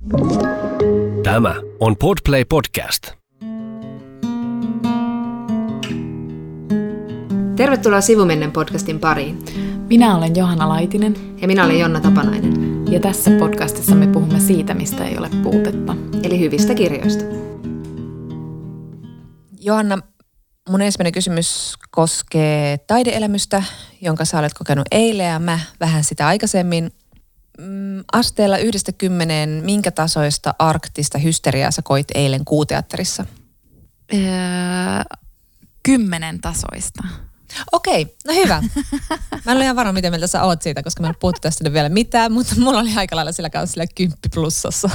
Tämä on Podplay Podcast. Tervetuloa Sivumennen podcastin pariin. Minä olen Johanna Laitinen. Ja minä olen Jonna Tapanainen. Ja tässä podcastissa me puhumme siitä, mistä ei ole puutetta. Eli hyvistä kirjoista. Johanna, mun ensimmäinen kysymys koskee taideelämystä, jonka sä olet kokenut eilen ja mä vähän sitä aikaisemmin. Asteella 1–10, minkä tasoista arktista hysteriaa sä koit eilen Kuuteatterissa? 10 tasoista. Okei, no hyvä. Mä en ole ihan varma, miten mieltä sä oot siitä, koska mä en puhuttu tästä vielä mitään, mutta mulla oli aika lailla sillä kanssa 10 plussassa.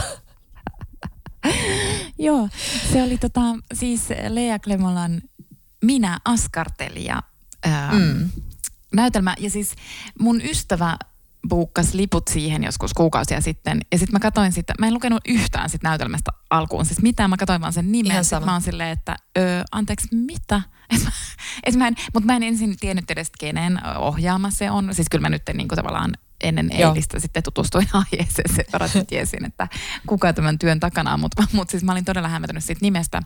Joo, se oli siis Lea Klemolan Minä askartelija näytelmä. Ja siis mun ystävä buukkasi liput siihen joskus kuukausia sitten. Ja sitten mä katsoin sitä, mä en lukenut yhtään sit näytelmästä alkuun. Siis mitään, mä katsoin vaan sen nimen. Sitten mä oon silleen, että anteeksi, mitä? Mutta mä en ensin tiennyt edes kenen ohjaama se on. Siis kyllä mä nyt niin kuin tavallaan ennen eilistä sitten tutustuin aiheeseen. Se varasti tiesin, että kuka tämän työn takana on. Mutta siis mä olin todella hämmentynyt siitä nimestä.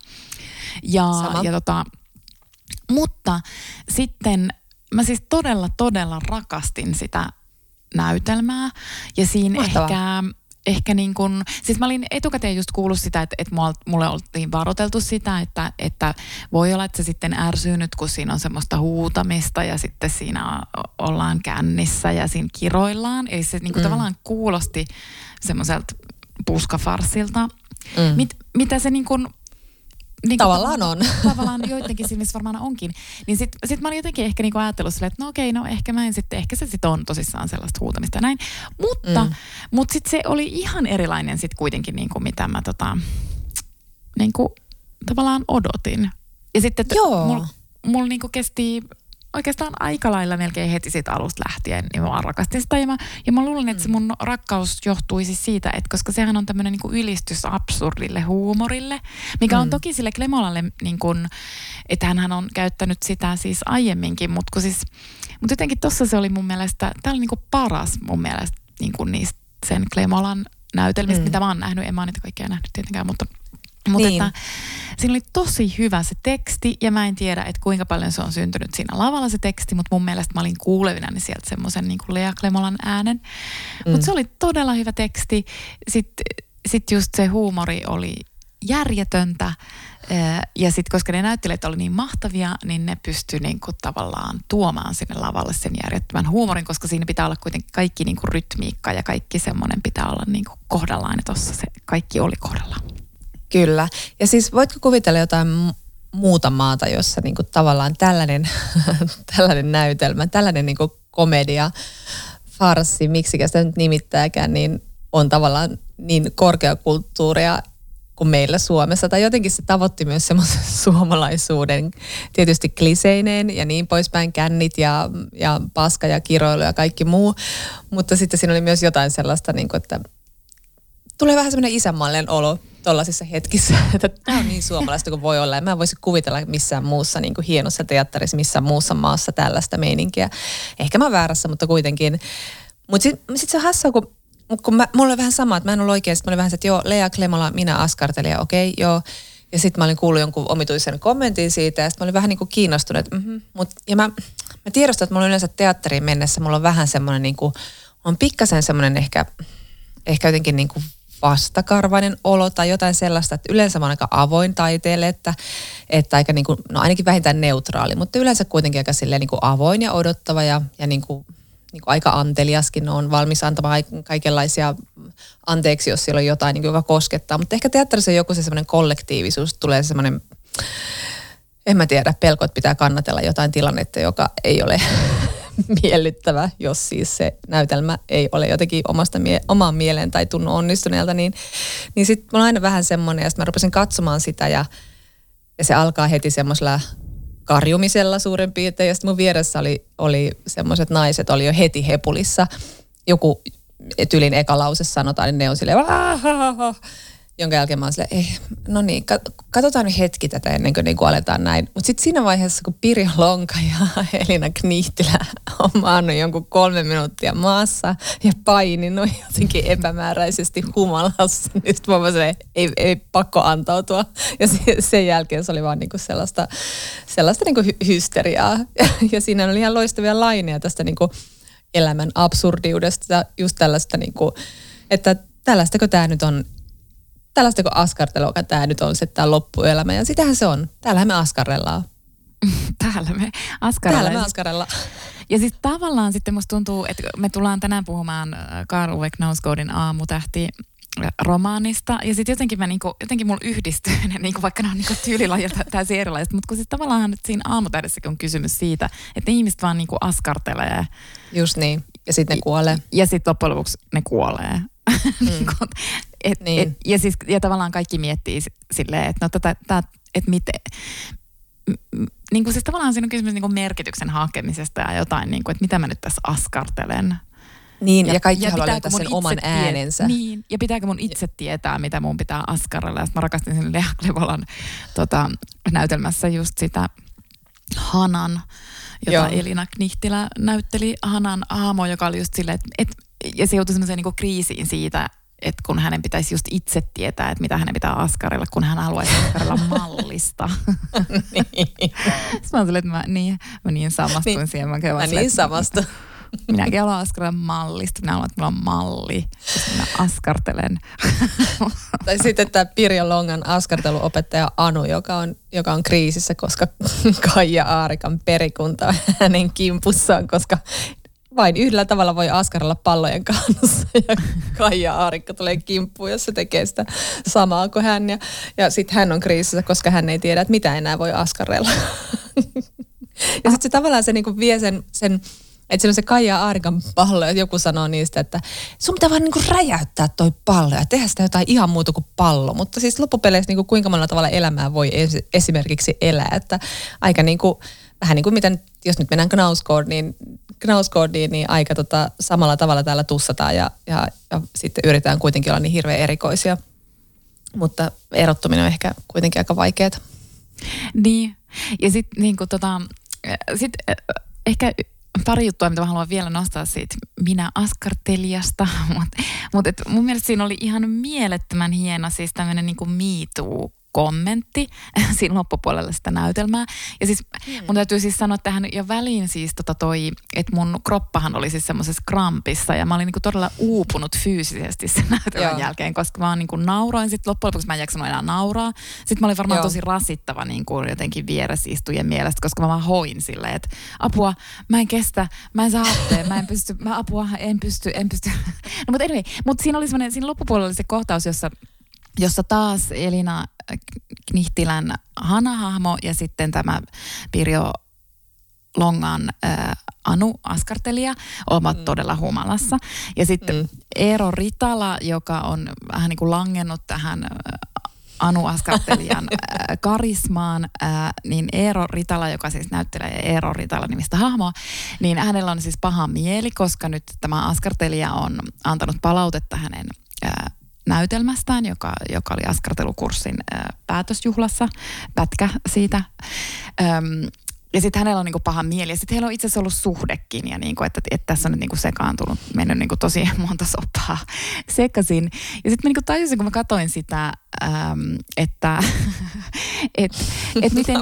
Mutta sitten mä siis todella rakastin sitä näytelmää. Ja siinä ehkä niin kuin, siis mä olin etukäteen just kuullut sitä, että mulle oltiin varoiteltu sitä, että voi olla, että se sitten ärsyy nyt, kun siinä on semmoista huutamista ja sitten siinä ollaan kännissä ja siinä kiroillaan. Eli se niin kuin tavallaan kuulosti semmoiselta puskafarssilta. Mitä se niin kuin tavallaan on. Tavallaan joidenkin silmissä varmaan onkin. Niin sit mä olin jotenkin ehkä niinku ajatellut silleen, että no okei, no ehkä se sit on tosissaan sellaista huutamista ja näin. Mutta sit se oli ihan erilainen sit kuitenkin niinku mitä mä niinku tavallaan odotin. Ja sitten mulla niinku kesti oikeastaan aika lailla melkein heti siitä alusta lähtien, niin mä rakastin sitä. Ja mä luulen, että se mun rakkaus johtui siis siitä, että koska sehän on tämmöinen niinku ylistys absurdille huumorille, mikä on toki sille Klemolalle, niin kuin, että hän on käyttänyt sitä siis aiemminkin, mutta jotenkin tossa se oli mun mielestä, tää oli niinku paras mun mielestä niinku niistä sen Klemolan näytelmistä, mitä mä oon nähnyt, en mä niitä kaikkia nähnyt tietenkään, mutta että siinä oli tosi hyvä se teksti ja mä en tiedä, että kuinka paljon se on syntynyt siinä lavalla se teksti, mutta mun mielestä mä olin kuulevinani sieltä semmoisen niin kuin Lea Klemolan äänen. Mutta se oli todella hyvä teksti. Sitten just se huumori oli järjetöntä ja sitten koska ne näyttelijät oli niin mahtavia, niin ne pystyi niin kuin tavallaan tuomaan sinne lavalle sen järjettömän huumorin, koska siinä pitää olla kuitenkin kaikki niin kuin rytmiikka ja kaikki semmoinen pitää olla niin kuin kohdallaan ja tossa se kaikki oli kohdallaan. Kyllä. Ja siis voitko kuvitella jotain muuta maata, jossa niinku tavallaan tällainen näytelmä, tällainen niinku komedia, farssi, miksikä sitä nyt nimittääkään, niin on tavallaan niin korkeakulttuuria kuin meillä Suomessa. Tai jotenkin se tavoitti myös semmoisen suomalaisuuden, tietysti kliseineen ja niin poispäin, kännit ja paska ja kiroilu ja kaikki muu. Mutta sitten siinä oli myös jotain sellaista, niinku, että tulee vähän semmoinen isänmaallinen olo tuollaisissa hetkissä, että tämä on niin suomalaista kuin voi olla. Ja mä en voisi kuvitella missään muussa niin kuin hienossa teatterissa, missään muussa maassa tällaista meininkiä. Ehkä mä oon väärässä, mutta kuitenkin. Mutta sit se on hassua, kun mulla oli vähän sama, että mä en ollut oikein. Sitten mä olin vähän se, että joo, Lea Klemola, Minä askartelija, okei, joo. Ja sitten mä olin kuullut jonkun omituisen kommentin siitä ja sitten mä olin vähän niin kuin kiinnostunut. Ja mä tiedostan, että mulla on yleensä teatteriin mennessä, mulla on vähän semmoinen niin kuin, on pikkasen semmoinen ehkä jotenkin niin kuin vastakarvainen olo tai jotain sellaista, että yleensä mä oon aika avoin taiteelle, että aika niin kuin, no ainakin vähintään neutraali, mutta yleensä kuitenkin aika silleen niin kuin avoin ja odottava ja niin kuin aika anteliaskin on valmis antamaan kaikenlaisia anteeksi, jos siellä on jotain, niin kuin, joka koskettaa. Mutta ehkä teatterissa on joku se semmoinen kollektiivisuus, tulee semmoinen, en mä tiedä, pelko, että pitää kannatella jotain tilannetta, joka ei ole miellyttävä, jos siis se näytelmä ei ole jotenkin omaan mieleen tai tunnu onnistuneelta, niin sitten mulla on aina vähän semmoinen, ja sitten mä rupesin katsomaan sitä, ja se alkaa heti semmoisella karjumisella suurin piirtein, ja sitten mun vieressä oli semmoiset naiset, oli jo heti hepulissa, joku tyylin eka lause sanotaan, niin ne on silleen, jonka jälkeen mä oon silleen, no niin, katsotaan nyt hetki tätä ennen kuin niin aletaan näin. Mutta sitten siinä vaiheessa, kun Pirjo Lonka ja Elina Knihtilä on maannut jonkun 3 minuuttia maassa ja paininut jotenkin epämääräisesti humalassa, niin sitten mä vaan silleen, ei pakko antautua. Ja sen jälkeen se oli vaan niinku sellaista niinku hysteriaa. Ja siinä oli ihan loistavia laineja tästä niinku elämän absurdiudesta ja just tällaista, niinku, että tällaistako tämä nyt on, tällaistako askartelua tämä nyt on se tämä loppuelämä. Ja sitähän se on. Täällähän me askarrellaan. Täällä me askarrellaan. Ja siis tavallaan sitten musta tuntuu, että me tullaan tänään puhumaan Karl Ove Knausgårdin Aamutähti romaanista. Ja sitten jotenkin mulla yhdistyy ne, niinku, vaikka ne on niinku tyylilajilta täysin erilaiset. Mutta kun siis tavallaan nyt siinä Aamutähdessäkin on kysymys siitä, että ihmiset vaan niinku askartelee. Just niin. Ja sitten ne kuolee. Ja sitten loppujen lopuksi ne kuolee. Niin. Ja tavallaan kaikki miettii silleen, että no että miten. Niin kuin siis tavallaan siinä on kysymys niin kuin merkityksen hakemisesta ja jotain, niin kuin, että mitä mä nyt tässä askartelen. Niin, ja kaikki haluaa löytää sen oman äänensä. Niin, ja pitääkö mun itse tietää, mitä mun pitää askarrella. Ja sitten mä rakastin sen Lea Klevolan näytelmässä just sitä Hanan, jota Elina Knihtilä näytteli. Hanan hahmo, joka oli just silleen, että ja se joutui semmoiseen niin kuin kriisiin siitä, että kun hänen pitäisi just itse tietää, että mitä hänen pitää askarella, kun hän haluaisi askarella mallista. Niin. Sitten mä olin, että mä niin samastuin siihen. Mä niin samastun. Minäkin haluan askarella mallista. Minä haluan, että mulla on malli. Minä askartelen. Tai sitten tämä Pirjo Longan askarteluopettaja Anu, joka on kriisissä, koska Kaija Aarikan perikunta on hänen kimpussaan, koska vain yhdellä tavalla voi askarrella pallojen kanssa ja Kaija Aarikka tulee kimppuun, jos se tekee sitä samaa kuin hän. Ja sitten hän on kriisissä, koska hän ei tiedä, että mitä enää voi askarrella. Ja sitten se tavallaan se niinku vie sen, että siinä on se Kaija Aarikan pallo ja joku sanoo niistä, että sun pitää vaan niinku räjäyttää toi pallo ja tehdä sitä jotain ihan muuta kuin pallo. Mutta siis loppupeleissä niinku kuinka monella tavalla elämää voi esimerkiksi elää, että aika niinku vähän niin kuin mitä jos nyt mennään Knausgårdiin, niin aika samalla tavalla täällä tussataan ja sitten yritetään kuitenkin olla niin hirveän erikoisia. Mutta erottuminen on ehkä kuitenkin aika vaikeaa. Niin, ja sitten niinku ehkä pari juttua, mitä mä haluan vielä nostaa siitä minä askartelijasta, mutta mun mielestä siinä oli ihan mielettömän hieno siis tämmöinen niinku Me Too-kommentti siinä loppupuolella sitä näytelmää. Ja siis mun täytyy siis sanoa tähän jo väliin siis että mun kroppahan oli siis semmoisessa krampissa ja mä olin niinku todella uupunut fyysisesti sen näytelmän jälkeen, koska mä niinku nauroin. Sitten loppujen lopuksi mä en jaksanut enää nauraa. Sitten mä olin varmaan tosi rasittava niinku jotenkin vieresiistujien mielestä, koska mä vaan hoin silleen, että apua, mä en kestä, mä en saa happea, mä en pysty, en pysty. No mutta anyway, mutta siinä oli semmoinen, siinä loppupuolella oli se kohtaus, jossa taas Elina Knihtilän Hana-hahmo ja sitten tämä Pirjo Longan Anu askartelija ovat todella humalassa. Ja sitten Eero Ritala, joka on vähän niin kuin langennut tähän Anu askartelijan karismaan, niin Eero Ritala, joka siis näyttelee Eero Ritala nimistä hahmoa, niin hänellä on siis paha mieli, koska nyt tämä askartelija on antanut palautetta hänen näytelmästään, joka oli askartelukurssin päätösjuhlassa, pätkä siitä. Ja sitten hänellä on niinku paha mieli. Ja sitten heillä on itse asiassa ollut suhdekin. Ja niinku, että tässä on nyt niinku sekaantunut, mennyt niinku tosi monta soppaa sekaisin. Ja sitten mä niinku tajusin, kun mä katsoin sitä, että miten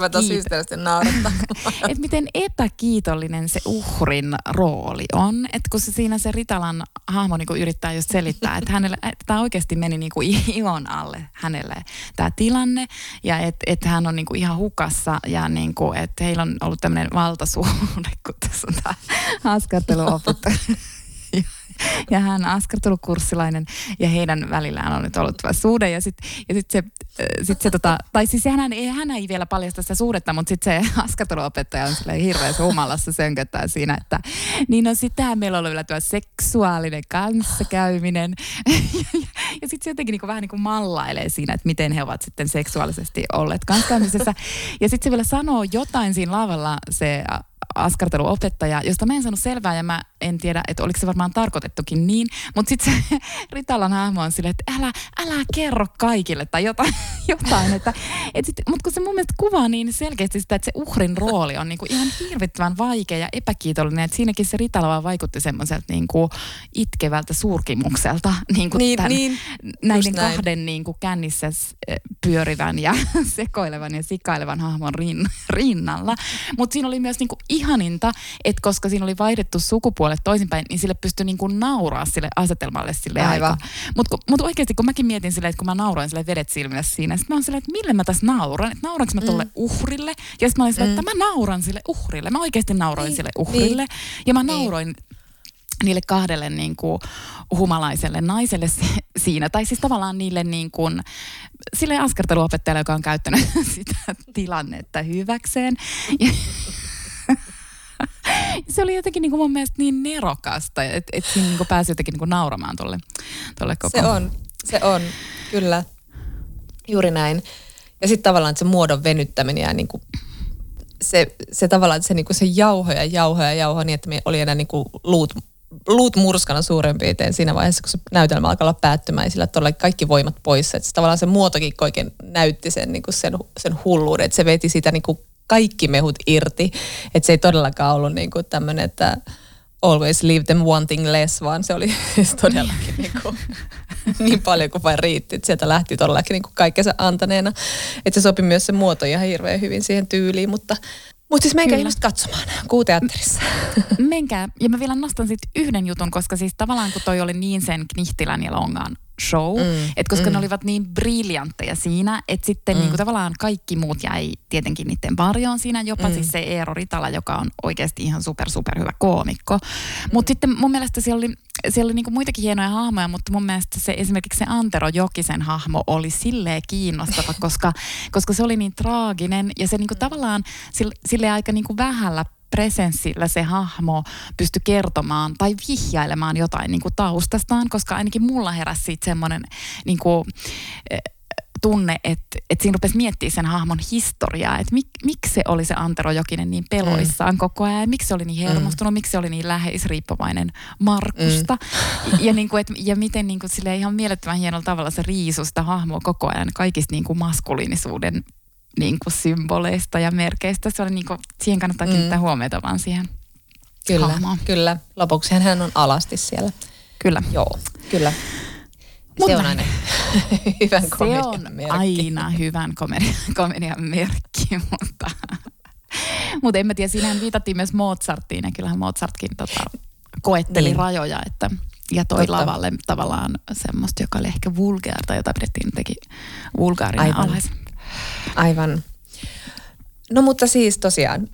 miten epäkiitollinen se uhrin rooli on. Että kun siinä se Ritalan hahmo niinku yrittää just selittää, että tämä oikeasti meni niinku ilon alle hänelle tämä tilanne. Ja että hän on niinku ihan hukassa ja niinku, että heillä on ollut tämmöinen valtasuhde, kun tässä on tämä askarteluopettaja. Ja hän on askartelukurssilainen ja heidän välillään on nyt ollut tämä suhde. Ja sitten se tai siis hän ei vielä paljasta sitä suhdetta, mutta sitten se askarteluopettaja on silleen hirveässä humalassa sönköttää siinä, että niin no sitähän meillä on ollut vielä tuo seksuaalinen kanssakäyminen. Ja sitten se jotenkin niinku vähän niin kuin mallailee siinä, että miten he ovat sitten seksuaalisesti olleet kanssakäymisessä. Ja sitten se vielä sanoo jotain siinä lavalla se askarteluopettaja, josta mä en saanut selvää ja mä en tiedä, että oliko se varmaan tarkoitettukin niin, mutta sitten se Ritalan hahmo on silleen, että älä kerro kaikille tai jotain mutta kun se mun mielestä kuvaa niin selkeästi sitä, että se uhrin rooli on niinku ihan hirvittävän vaikea ja epäkiitollinen, että siinäkin se Ritala vaan vaikutti semmoiselta niinku itkevältä suurkimukselta niinku näiden kahden niinku kännissä pyörivän ja sekoilevan ja sikailevan hahmon rinnalla. Mutta siinä oli myös niinku ihaninta, että koska siinä oli vaihdettu sukupuolet toisinpäin, niin sille pystyi niinku nauraa sille asetelmalle sille aikaa. Mutta oikeasti kun mäkin mietin silleen, että kun mä nauroin sille vedet silmille siinä, sitten mä oon silleen, että mille mä tässä nauran? Että nauranko mä tolle uhrille? Ja sitten mä olin silleen, että mä nauran sille uhrille. Mä oikeasti nauroin sille uhrille. Ja mä nauroin niille kahdelle niin kuin humalaiselle naiselle siinä. Tai siis tavallaan niille niin kuin, sille askarteluopettajalle, joka on käyttänyt sitä tilannetta hyväkseen. Ja se oli jotenkin niin kuin mun mielestä niin nerokasta, että siinä niin kuin pääsi jotenkin niin kuin nauramaan tolle koko. Se on, kyllä. Juuri näin. Ja sitten tavallaan että se muodon venyttäminen ja niin kuin se tavallaan, että se, niin kuin se jauho niin, että me oli enää niin kuin luut murskana suurin piirtein siinä vaiheessa, kun se näytelmä alkaa olla päättymään ja sillä todella kaikki voimat poissa. Että tavallaan se muotokin oikein näytti sen, niin kuin sen hulluuden, että se veti sitä niin kuin kaikki mehut irti. Että se ei todellakaan ollut niin kuin tämmöinen, että always leave them wanting less, vaan se oli siis todellakin niin paljon kuin vain riitti. Että sieltä lähti todellakin niin kuin kaikkensa antaneena. Että se sopi myös se muoto ihan hirveän hyvin siihen tyyliin, mutta siis menkää ihmiset katsomaan Kuuteatterissa. Menkää. Ja mä vielä nostan sitten yhden jutun, koska siis tavallaan kun toi oli niin sen Knihtilän ja Longan show, että koska ne olivat niin briljantteja siinä, että sitten niin kuin tavallaan kaikki muut jäi tietenkin niiden varjoon siinä, jopa siis se Eero Ritala, joka on oikeasti ihan super hyvä koomikko. Mutta sitten mun mielestä siellä oli niin kuin muitakin hienoja hahmoja, mutta mun mielestä esimerkiksi se Antero Jokisen hahmo oli silleen kiinnostava, koska se oli niin traaginen ja se niin kuin tavallaan silleen aika niin kuin vähällä presenssillä se hahmo pystyi kertomaan tai vihjailemaan jotain niin kuin taustastaan, koska ainakin mulla heräsi siitä semmoinen niin kuin tunne, että siinä rupesi miettimään sen hahmon historiaa, että miksi se oli se Antero Jokinen niin peloissaan koko ajan, miksi se oli niin hermostunut, miksi se oli niin läheisriippuvainen Markusta ja, niin kuin, ja miten niin kuin, silleen ihan mielettömän hienolla tavalla se riisui sitä hahmoa koko ajan kaikista niin kuin maskuliinisuuden niin kuin symboleista ja merkeistä. Se oli niin kuin, siihen kannattaa kiinnittää huomiota vaan siihen hahmoon. Kyllä. Lopuksi hän on alasti siellä. Kyllä. Joo, kyllä. Se on aina hyvän komedian merkki. Se on aina hyvän komedian merkki, mutta en mä tiedä, siinähän viitattiin myös Mozartiin ja kyllähän Mozartkin koetteli rajoja, että ja toi lavalle tavallaan semmoista, joka oli ehkä vulgaarta, jota pidettiin jotenkin vulgaarina alhaisen. Aivan. No mutta siis tosiaan,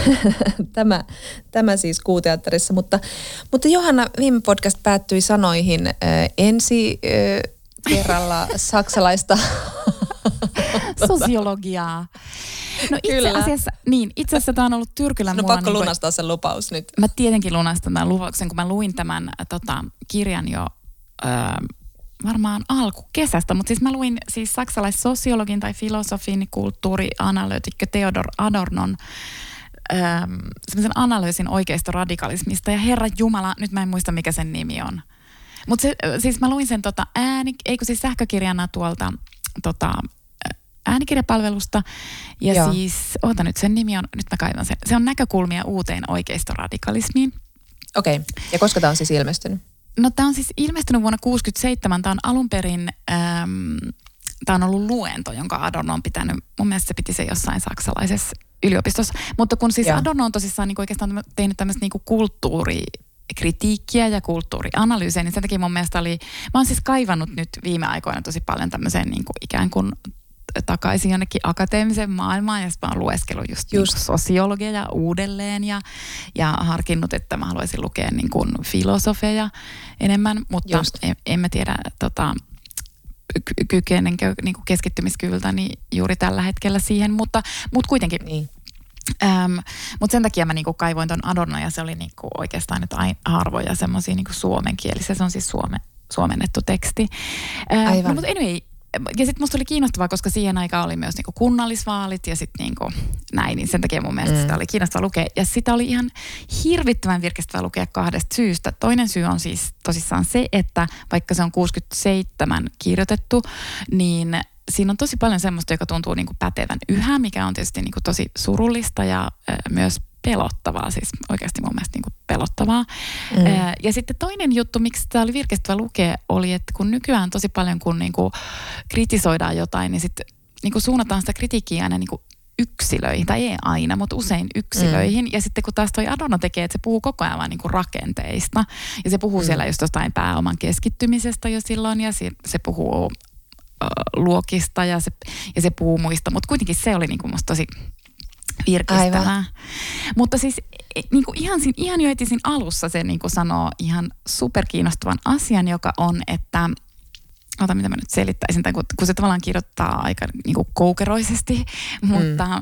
tämä siis Kuuteatterissa, mutta Johanna, viime podcast päättyi sanoihin ensi kerralla saksalaista sosiologiaa. No itse asiassa tämä on ollut Tyrkylän mulla. No pakko lunastaa sen lupaus nyt. Mä tietenkin lunastan tämän lupauksen, kun mä luin tämän kirjan jo varmaan alkukesästä, mutta siis mä luin siis saksalaissosiologin tai filosofin kulttuurianalyytikko Theodor Adornon semmoisen analyysin oikeistoradikalismista ja herra jumala, nyt mä en muista mikä sen nimi on. Mutta siis mä luin sen siis sähkökirjana tuolta äänikirjapalvelusta ja siis, nyt sen nimi on, nyt mä kaivan sen, se on näkökulmia uuteen oikeistoradikalismiin. Okei, ja koska tämä on siis ilmestynyt? No tämä on siis ilmestynyt vuonna 1967. Tämä on alun perin, tämä on ollut luento, jonka Adorno on pitänyt. Mun mielestä se piti se jossain saksalaisessa yliopistossa. Mutta kun siis Adorno on tosissaan niin oikeastaan tehnyt tämmöistä niin kulttuurikritiikkiä ja kulttuurianalyysiä, niin sen takia mun mielestä mä oon siis kaivannut nyt viime aikoina tosi paljon tämmöiseen niin kuin ikään kuin takaisin jonnekin akateemiseen maailmaan ja sitten mä oon lueskellut just niin sosiologia uudelleen ja harkinnut, että mä haluaisin lukea niin kuin filosofeja enemmän, mutta en mä tiedä kykenenkö niin kuin keskittymiskyvyltäni juuri tällä hetkellä siihen, mutta kuitenkin. Niin. Mutta sen takia mä niinku kaivoin ton Adorno ja se oli niinku oikeastaan nyt harvoja semmoisia niinku suomenkielisiä, se on siis suomennettu teksti. No, mutta anyway, ja sitten musta oli kiinnostavaa, koska siihen aikaan oli myös niinku kunnallisvaalit ja sitten niinku näin, niin sen takia mun mielestä sitä oli kiinnostavaa lukea. Ja sitä oli ihan hirvittävän virkistävää lukea 2 syystä. Toinen syy on siis tosissaan se, että vaikka se on 67 kirjoitettu, niin siinä on tosi paljon semmoista, joka tuntuu niinku pätevän yhä, mikä on tietysti niinku tosi surullista ja myös pelottavaa, siis oikeasti mun mielestä niinku pelottavaa. Ja sitten toinen juttu, miksi tämä oli virkistävä lukea, oli, että kun nykyään tosi paljon, kun niinku kritisoidaan jotain, niin sitten niinku suunnataan sitä kritiikkiä aina niinku yksilöihin, tai ei aina, mutta usein yksilöihin. Ja sitten kun taas toi Adorno tekee, että se puhuu koko ajan vaan niinku rakenteista, ja se puhuu siellä just jostain pääoman keskittymisestä jo silloin, ja se puhuu luokista, ja se puhuu muista, mutta kuitenkin se oli niinku musta tosi virkistävää. Aivan. Mutta siis niinku ihan jo heti siinä alussa se niinku sanoo ihan superkiinnostavan asian, joka on, että mitä mä nyt selittäisin, tai kun se tavallaan kirjoittaa aika niinku koukeroisesti, mutta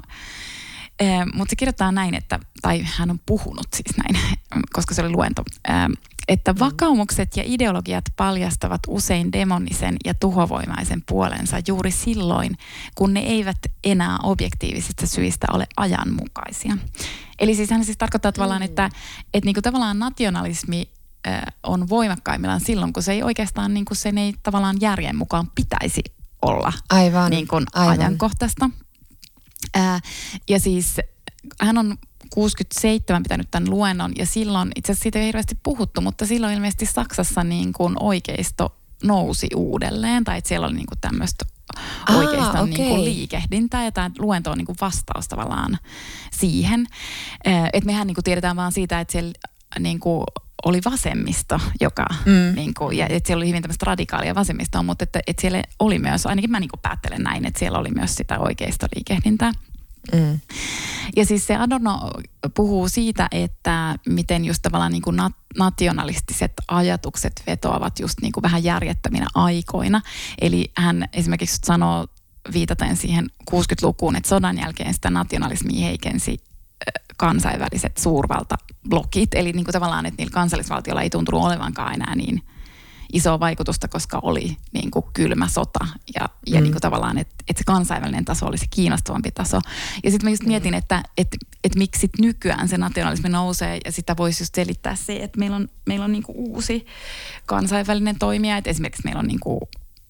se kirjoittaa näin, tai hän on puhunut siis näin, koska se oli luento, että vakaumukset ja ideologiat paljastavat usein demonisen ja tuhovoimaisen puolensa juuri silloin, kun ne eivät enää objektiivisista syistä ole ajanmukaisia. Eli siis hän siis tarkoittaa tavallaan, että niinku tavallaan nationalismi on voimakkaimmillaan silloin, kun se ei oikeastaan, niin kuin sen ei tavallaan järjen mukaan pitäisi olla niin kuin ajankohtaista. Ja siis hän on 67 pitänyt tämän luennon ja silloin, itse asiassa siitä ei hirveästi puhuttu, mutta silloin ilmeisesti Saksassa niin kuin oikeisto nousi uudelleen, tai että siellä oli niin kuin tämmöistä oikeastaan niin kuin liikehdintää, ja tämä luento on niin kuin vastaus tavallaan siihen. Että mehän niin kuin tiedetään vaan siitä, että siellä niin kuin oli vasemmisto, joka, niin kuin, ja että siellä oli hyvin tämmöistä radikaalia vasemmistoa, mutta että siellä oli myös, ainakin mä niin kuin päättelen näin, että siellä oli myös sitä oikeistoliikehdintää. Ja siis se Adorno puhuu siitä, että miten just tavallaan niin kuin nationalistiset ajatukset vetoavat just niin kuin vähän järjettöminä aikoina. Eli hän esimerkiksi sanoo viitaten siihen 60-lukuun, että sodan jälkeen sitä nationalismia heikensi kansainväliset suurvaltablokit. Eli niin kuin tavallaan, että niillä kansallisvaltioilla ei tuntunut olevankaan enää niin isoa vaikutusta, koska oli niin kuin kylmä sota ja niin kuin tavallaan, että se kansainvälinen taso oli se kiinnostavampi taso. Ja sitten mä just mietin, että miksi sit nykyään se nationalismi nousee, ja sitä voisi just selittää se, että meillä on niin kuin uusi kansainvälinen toimija, että esimerkiksi meillä on niin kuin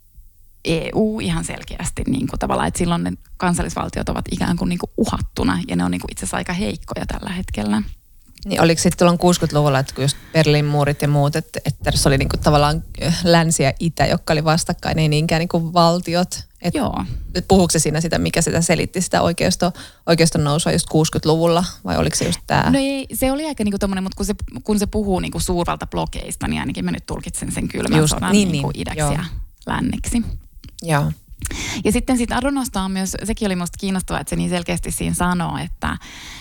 EU ihan selkeästi niin kuin tavallaan, että silloin ne kansallisvaltiot ovat ikään kuin, uhattuna, ja ne on niin kuin itse asiassa aika heikkoja tällä hetkellä. Niin oliko sitten tuolloin 60-luvulla, että kun just Berliinin muurit ja muut, että se oli niinku tavallaan länsi ja itä, jotka oli vastakkain, ei niinkään niinku valtiot. Joo. Puhuuko se siinä sitä, mikä sitä selitti, sitä oikeiston nousua just 60-luvulla, vai oliko se just tämä? No ei, se oli aika niinku tommoinen, mutta kun se puhuu niinku suurvaltablokeista, niin ainakin mä nyt tulkitsen sen kylmän sodan niinku idäksi ja länneksi. Joo. Ja sitten siitä Adornosta on myös, sekin oli musta kiinnostavaa, että se niin selkeästi siinä sanoo, että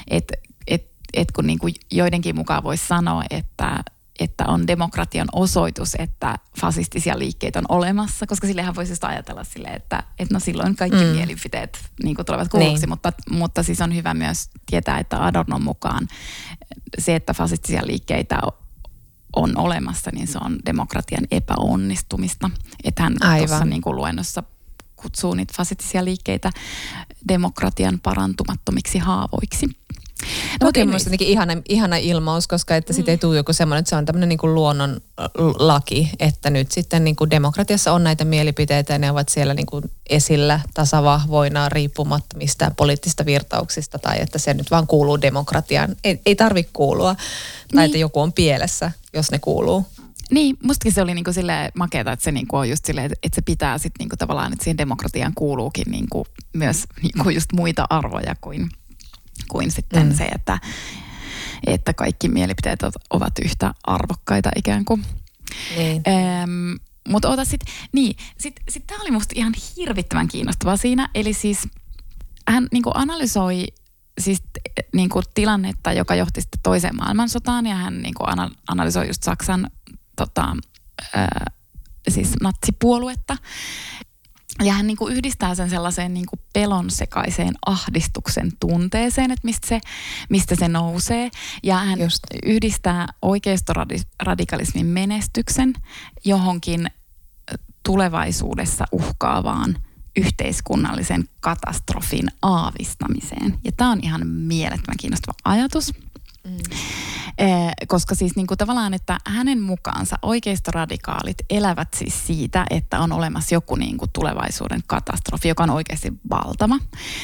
kun niin kuin joidenkin mukaan voisi sanoa, että on demokratian osoitus, että fasistisia liikkeitä on olemassa, koska sillehän voisi just ajatella silleen, että no silloin kaikki mielipiteet niin kuin tulevat kuulluksi, mutta siis on hyvä myös tietää, että Adornon mukaan se, että fasistisia liikkeitä on olemassa, niin se on demokratian epäonnistumista. Että hän tuossa niin kuin luennossa kutsuu niitä fasistisia liikkeitä demokratian parantumattomiksi haavoiksi. No, okay, mielestäni jotenkin ihana ilmaus, koska että siitä ei tule joku semmoinen, että se on tämmöinen niin kuin luonnon laki, että nyt sitten niin kuin demokratiassa on näitä mielipiteitä ja ne ovat siellä niin kuin esillä tasavahvoina riippumatta mistään poliittisista virtauksista tai että se nyt vaan kuuluu demokratiaan. Ei tarvitse kuulua tai että joku on pielessä, jos ne kuuluu. Niin, mustakin se oli niinku silleen makeata, että se niinku on just silleen, että se pitää sitten niinku tavallaan, että siihen demokratiaan kuuluukin niinku myös niinku just muita arvoja kuin sitten se, että kaikki mielipiteet ovat yhtä arvokkaita ikään kuin. Niin. Mutta oota sitten, niin, sit tämä oli musta ihan hirvittävän kiinnostavaa siinä, eli siis hän niinku analysoi siis niinku tilannetta, joka johti sitten toiseen maailmansotaan, ja hän niinku analysoi just Saksan siis natsipuoluetta. Ja hän niinku yhdistää sen sellaiseen niinku pelonsekaiseen ahdistuksen tunteeseen, että mistä se nousee. Ja hän yhdistää oikeistoradikalismin menestyksen johonkin tulevaisuudessa uhkaavaan yhteiskunnallisen katastrofin aavistamiseen. Ja tämä on ihan mielettömän kiinnostava ajatus. Koska siis niin kuin tavallaan, että hänen mukaansa oikeistoradikaalit elävät siis siitä, että on olemassa joku niin kuin tulevaisuuden katastrofi, joka on oikeasti valtava.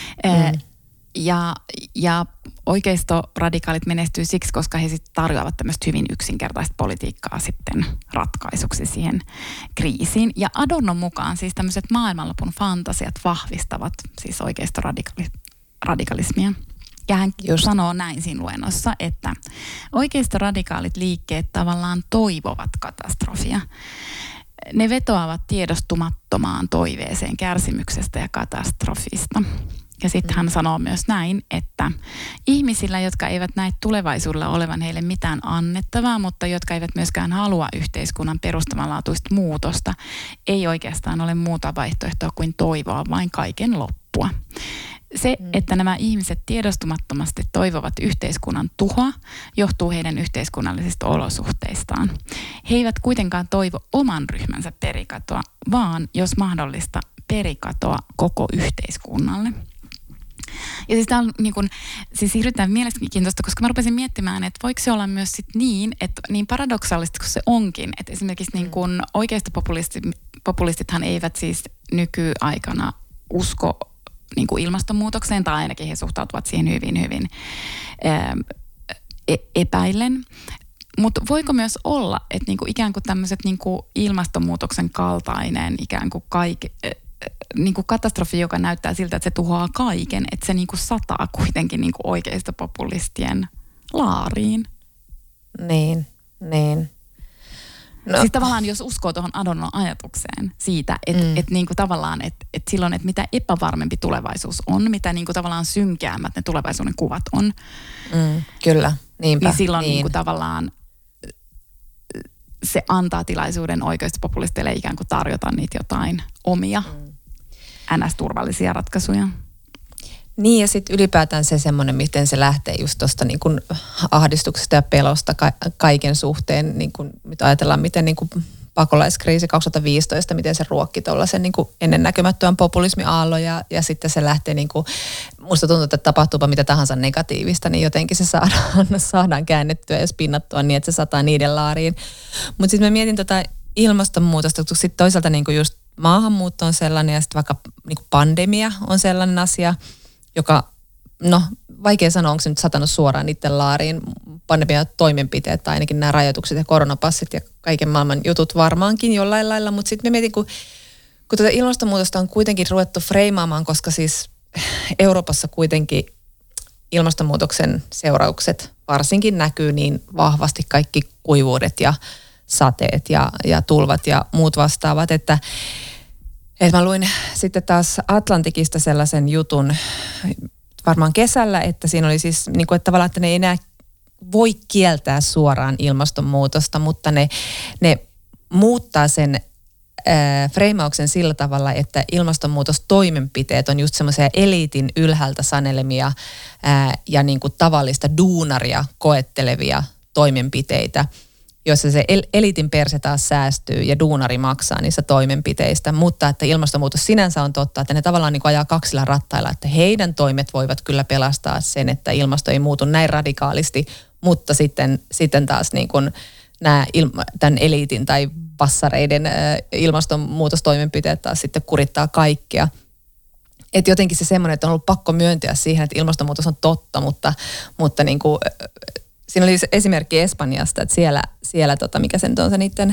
Ja oikeistoradikaalit menestyy siksi, koska he sitten tarjoavat tämmöistä hyvin yksinkertaista politiikkaa sitten ratkaisuksi siihen kriisiin. Ja Adornon mukaan siis tämmöiset maailmanlopun fantasiat vahvistavat siis oikeistoradikalismia. Ja hän sanoo näin siinä luennossa, että oikeistoradikaalit liikkeet tavallaan toivovat katastrofia. Ne vetoavat tiedostumattomaan toiveeseen kärsimyksestä ja katastrofista. Ja sitten hän sanoo myös näin, että ihmisillä, jotka eivät näe tulevaisuudella olevan heille mitään annettavaa, mutta jotka eivät myöskään halua yhteiskunnan perustavanlaatuista muutosta, ei oikeastaan ole muuta vaihtoehtoa kuin toivoa vain kaiken loppua. Se, että nämä ihmiset tiedostumattomasti toivovat yhteiskunnan tuhoa, johtuu heidän yhteiskunnallisista olosuhteistaan. He eivät kuitenkaan toivo oman ryhmänsä perikatoa, vaan jos mahdollista perikatoa koko yhteiskunnalle. Ja siis tämä on niin kuin, siis hirveän mielenkiintoista, koska mä rupesin miettimään, että voiko se olla myös sit niin, että niin paradoksaalista kuin se onkin, että esimerkiksi niin kuin oikeistopopulistithan eivät siis nykyaikana usko niin kuin ilmastonmuutokseen, tai ainakin he suhtautuvat siihen hyvin epäillen. Mutta voiko myös olla, että niinku ikään kuin tämmöiset niinku ilmastonmuutoksen kaltainen ikään kuin niinku katastrofi, joka näyttää siltä, että se tuhoaa kaiken, että se niinku sataa kuitenkin niinku oikeistopopulistien laariin? Niin. No. Siis tavallaan jos uskoo tuohon Adornon ajatukseen siitä, että niinku tavallaan, että silloin, että mitä epävarmempi tulevaisuus on, mitä niinku tavallaan synkeämmät ne tulevaisuuden kuvat on. Kyllä, niinpä. Niin silloin niinku tavallaan se antaa tilaisuuden oikeistopopulisteille ikään kuin tarjota niitä jotain omia NS-turvallisia ratkaisuja. Niin, ja sitten ylipäätään se semmoinen, miten se lähtee just tuosta niin kuin ahdistuksesta ja pelosta kaiken suhteen. Niin kuin, mitä ajatellaan, miten niin kuin pakolaiskriisi 2015, miten se ruokki tuollaisen niin kuin ennennäkemättömän populismiaallon ja sitten se lähtee niin kuin, musta tuntuu, että tapahtuupa mitä tahansa negatiivista, niin jotenkin se saadaan käännettyä ja spinnattua niin, että se sataa niiden laariin. Mutta sitten mä mietin ilmastonmuutosta, kun sitten toisaalta niin kuin just maahanmuutto on sellainen ja sitten vaikka niin kuin pandemia on sellainen asia, joka, no vaikea sanoa, onko se nyt satanut suoraan niiden laariin, pandemia-toimenpiteet tai ainakin nämä rajoitukset ja koronapassit ja kaiken maailman jutut varmaankin jollain lailla, mutta sitten me mietin, kun tätä ilmastonmuutosta on kuitenkin ruvettu freimaamaan, koska siis Euroopassa kuitenkin ilmastonmuutoksen seuraukset varsinkin näkyy niin vahvasti kaikki kuivuudet ja sateet ja tulvat ja muut vastaavat, että mä luin sitten taas Atlantikista sellaisen jutun varmaan kesällä, että siinä oli siis niin kuin, että tavallaan, että ne ei enää voi kieltää suoraan ilmastonmuutosta, mutta ne muuttaa sen freimauksen sillä tavalla, että ilmastonmuutostoimenpiteet on just semmoisia eliitin ylhäältä sanelemia ja niin kuin tavallista duunaria koettelevia toimenpiteitä, joissa se eliitin perse taas säästyy ja duunari maksaa niistä toimenpiteistä, mutta että ilmastonmuutos sinänsä on totta, että ne tavallaan niin kuin ajaa kaksilla rattailla, että heidän toimet voivat kyllä pelastaa sen, että ilmasto ei muutu näin radikaalisti, mutta sitten taas niin kuin nämä tämän eliitin tai passareiden ilmastonmuutostoimenpiteet taas sitten kurittaa kaikkea. Että jotenkin se semmoinen, että on ollut pakko myöntyä siihen, että ilmastonmuutos on totta, mutta niin kuin siinä oli esimerkki Espanjasta, että siellä mikä se nyt on se niiden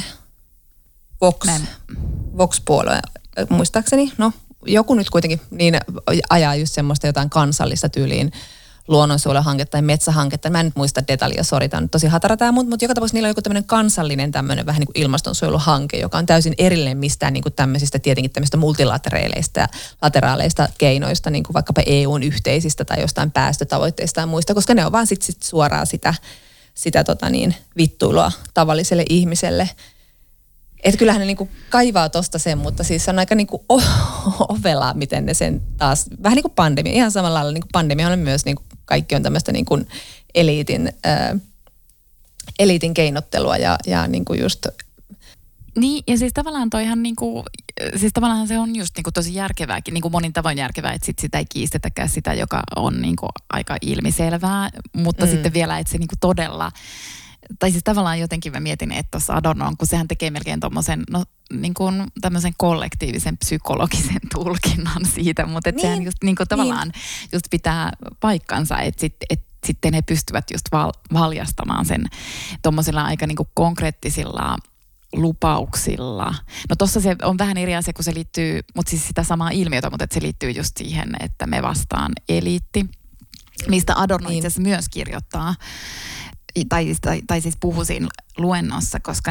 Vox-puolue, muistaakseni, no joku nyt kuitenkin niin ajaa just semmoista jotain kansallista tyyliin luonnonsuojeluhanketta tai metsähanketta. Mä en nyt muista detalja, sori, tämä on tosi hatara tämä, mutta joka tapauksessa niillä on joku tämmöinen kansallinen tämmöinen vähän niin kuin ilmastonsuojeluhanke, joka on täysin erillinen mistään niin kuin tämmöisistä tietenkin tämmöistä multilateraaleista ja lateraaleista keinoista, niin kuin vaikkapa EUn yhteisistä tai jostain päästötavoitteista ja muista, koska ne on vaan sit suoraan sitä vittuilua tavalliselle ihmiselle. Että kyllähän ne niinku kaivaa tosta sen, mutta siis se on aika niinku ovelaa, miten ne sen taas, vähän niin kuin pandemia, ihan samalla lailla niin kuin pandemia on myös, niin kuin kaikki on tämmöistä niin kuin eliitin keinottelua ja niin kuin just Niin, ja siis tavallaan toihan siis tavallaan se on just tosi järkevääkin, monin tavoin järkevää, että sitä ei kiistetäkään sitä, joka on aika ilmiselvää, mutta sitten vielä, että se todella, tai siis tavallaan jotenkin mä mietin, että tuossa Adornoon, kun sehän tekee melkein tommosen, tämmöisen kollektiivisen psykologisen tulkinnan siitä, mutta että sehän just tavallaan just pitää paikkansa, että sitten he pystyvät just valjastamaan sen tommosilla aika konkreettisilla lupauksilla. No tossa se on vähän eri asia, kun se liittyy, mutta siis sitä samaa ilmiötä, mutta se liittyy just siihen, että me vastaan eliitti, mistä Adorno itse asiassa myös kirjoittaa, tai siis puhuu siinä luennossa, koska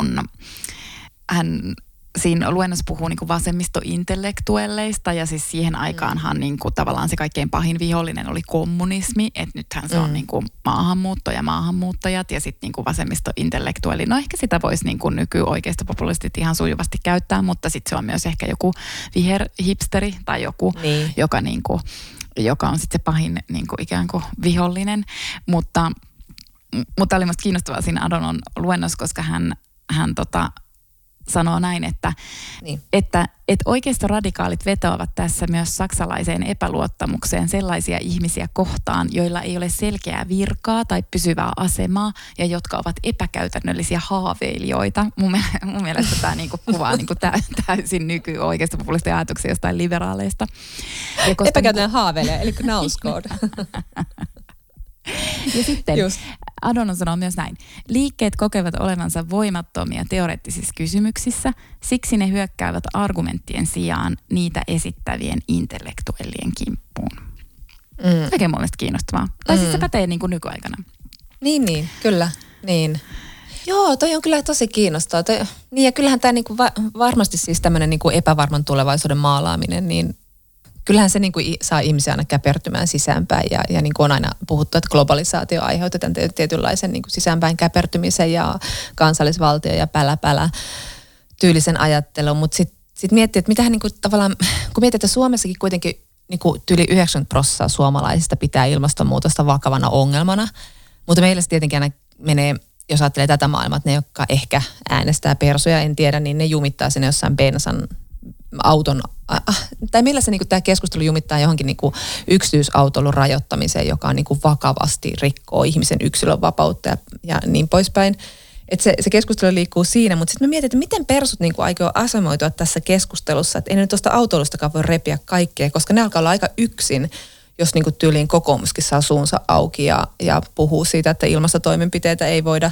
hän siinä luennossa puhuu vasemmistointellektuelleista ja siis siihen aikaanhan tavallaan se kaikkein pahin vihollinen oli kommunismi, että nythän se on maahanmuutto ja maahanmuuttajat ja sitten vasemmistointellektuelli. No ehkä sitä voisi nykyoikeistopopulistit ihan sujuvasti käyttää, mutta sitten se on myös ehkä joku viherhipsteri tai joku, joka on sitten se pahin ikään kuin vihollinen, mutta oli musta kiinnostavaa siinä Adornon luennossa, koska hän sanoo näin, että oikeistoradikaalit vetoavat tässä myös saksalaiseen epäluottamukseen sellaisia ihmisiä kohtaan, joilla ei ole selkeää virkaa tai pysyvää asemaa ja jotka ovat epäkäytännöllisiä haaveilijoita. Mun mielestä tämä kuvaa täysin nykyoikeistopopulisten ajatuksia jostain liberaaleista. Epäkäytännön haaveilija, eli Knausgård. Ja sitten Adorno sanoo myös näin. Liikkeet kokevat olevansa voimattomia teoreettisissa kysymyksissä, siksi ne hyökkäävät argumenttien sijaan niitä esittävien intellektuellien kimppuun. Oikein mun mielestä kiinnostavaa. Tai siis se pätee nykyaikana. Niin, kyllä. Niin. Joo, toi on kyllä tosi kiinnostavaa. Niin ja kyllähän tämä varmasti siis tämmöinen epävarman tulevaisuuden maalaaminen, niin kyllähän se saa ihmisiä aina käpertymään sisäänpäin ja on aina puhuttu, että globalisaatio aiheutetaan tietynlaisen sisäänpäin käpertymisen ja kansallisvaltio ja pälä tyylisen ajattelun. Mutta sitten miettii, että mitähän tavallaan, kun miettii, että Suomessakin kuitenkin yli 90% suomalaisista pitää ilmastonmuutosta vakavana ongelmana, mutta meillä se tietenkin aina menee, jos ajattelee tätä maailmaa, että ne, jotka ehkä äänestää persuja, en tiedä, niin ne jumittaa sinne jossain bensan auton, tai millä se tämä keskustelu jumittaa johonkin yksityisautoilun rajoittamiseen, joka on vakavasti rikkoo ihmisen yksilönvapautta ja niin poispäin. Että se keskustelu liikkuu siinä, mutta sitten mä mietin, että miten persut aikoo asemoitua tässä keskustelussa, että ei ne tuosta autoilustakaan voi repiä kaikkea, koska ne alkaa olla aika yksin, jos tyyliin kokoomuskin saa suunsa auki ja puhuu siitä, että ilmastotoimenpiteitä ei voida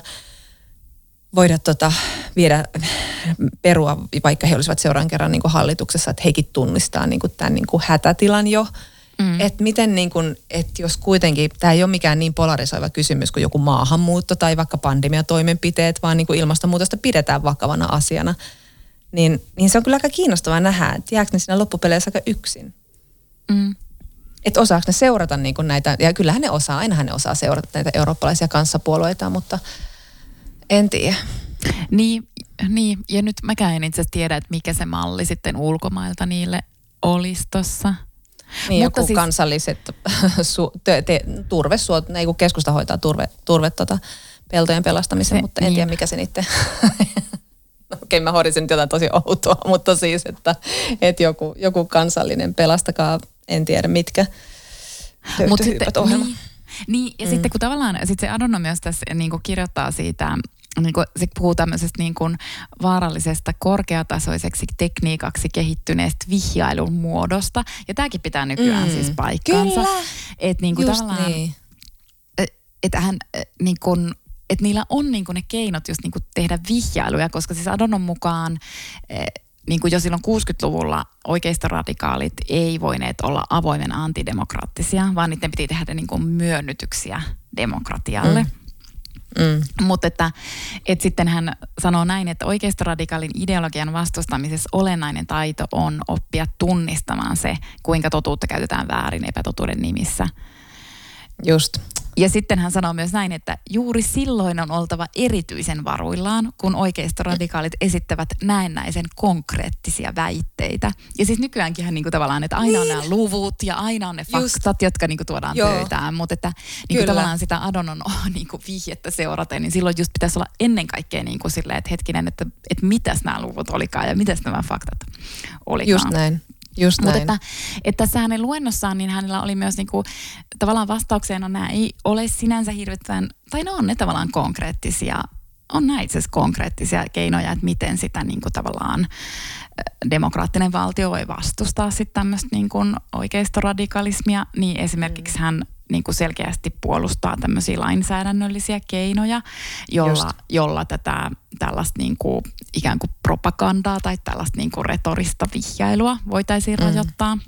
perua, vaikka he olisivat seuraavan kerran hallituksessa, että hekin tunnistaa tämän hätätilan jo. Että miten että jos kuitenkin, tämä ei ole mikään niin polarisoiva kysymys kuin joku maahanmuutto tai vaikka pandemiatoimenpiteet, vaan ilmastonmuutosta pidetään vakavana asiana, niin se on kyllä aika kiinnostavaa nähdä, että jääkö ne siinä loppupeleissä aika yksin. Että osaako ne seurata näitä, ja kyllähän ne osaa, ainahan ne osaa seurata näitä eurooppalaisia kanssapuolueita, mutta en tiedä. Niin, ja nyt mäkään en itse asiassa tiedä, että mikä se malli sitten ulkomailta niille olisi tossa. Niin, mutta joku siis kansalliset turvesuot, kun keskusta hoitaa peltojen pelastamisen, mutta en tiedä mikä se niiden. Okei, mä hoidisin nyt jotain tosi outoa, mutta siis, että joku kansallinen pelastakaa, en tiedä mitkä töyhtyhypät ohjelma. Niin, ja sitten kun tavallaan, se Adorno myös tässä kirjoittaa siitä, se puhuu tämmöisestä vaarallisesta korkeatasoiseksi tekniikaksi kehittyneestä vihjailun muodosta. Ja tämäkin pitää nykyään siis paikkaansa. Kyllä, että tavallaan, niin. Että niillä on ne keinot just tehdä vihjailuja, koska siis Adornon mukaan jo silloin 60-luvulla oikeistoradikaalit ei voineet olla avoimen antidemokraattisia, vaan niiden piti tehdä myönnytyksiä demokratialle. Mutta että sitten hän sanoo näin, että oikeistoradikaalin ideologian vastustamisessa olennainen taito on oppia tunnistamaan se, kuinka totuutta käytetään väärin epätotuuden nimissä. Just. Ja sitten hän sanoo myös näin, että juuri silloin on oltava erityisen varuillaan, kun oikeistoradikaalit esittävät näennäisen konkreettisia väitteita. Ja siis nykyäänkin niin kuin tavallaan, että aina on nämä luvut ja aina on ne faktat, jotka niin kuin tuodaan pöytään. Mutta että niin kuin tavallaan sitä Adornon niin kuin vihjettä seuraten, niin silloin just pitäisi olla ennen kaikkea niin kuin silleen, että hetkinen, että mitäs nämä luvut olikaan ja mitäs nämä faktat olikaan. Just näin. Mutta että tässä hänen luennossaan, niin hänellä oli myös niinku, tavallaan vastaukseena nämä ei ole sinänsä hirvittävän, tai ne on ne tavallaan konkreettisia, on näitä itse asiassa konkreettisia keinoja, että miten sitä niinku tavallaan demokraattinen valtio voi vastustaa sitten tämmöistä niinku oikeistoradikalismia, niin esimerkiksi hän niinku selkeästi puolustaa tämmöisiä lainsäädännöllisiä keinoja, jolla tätä tällaista niinku ikään kuin propagandaa tai tällaista niinku retorista vihjailua voitaisiin rajoittaa.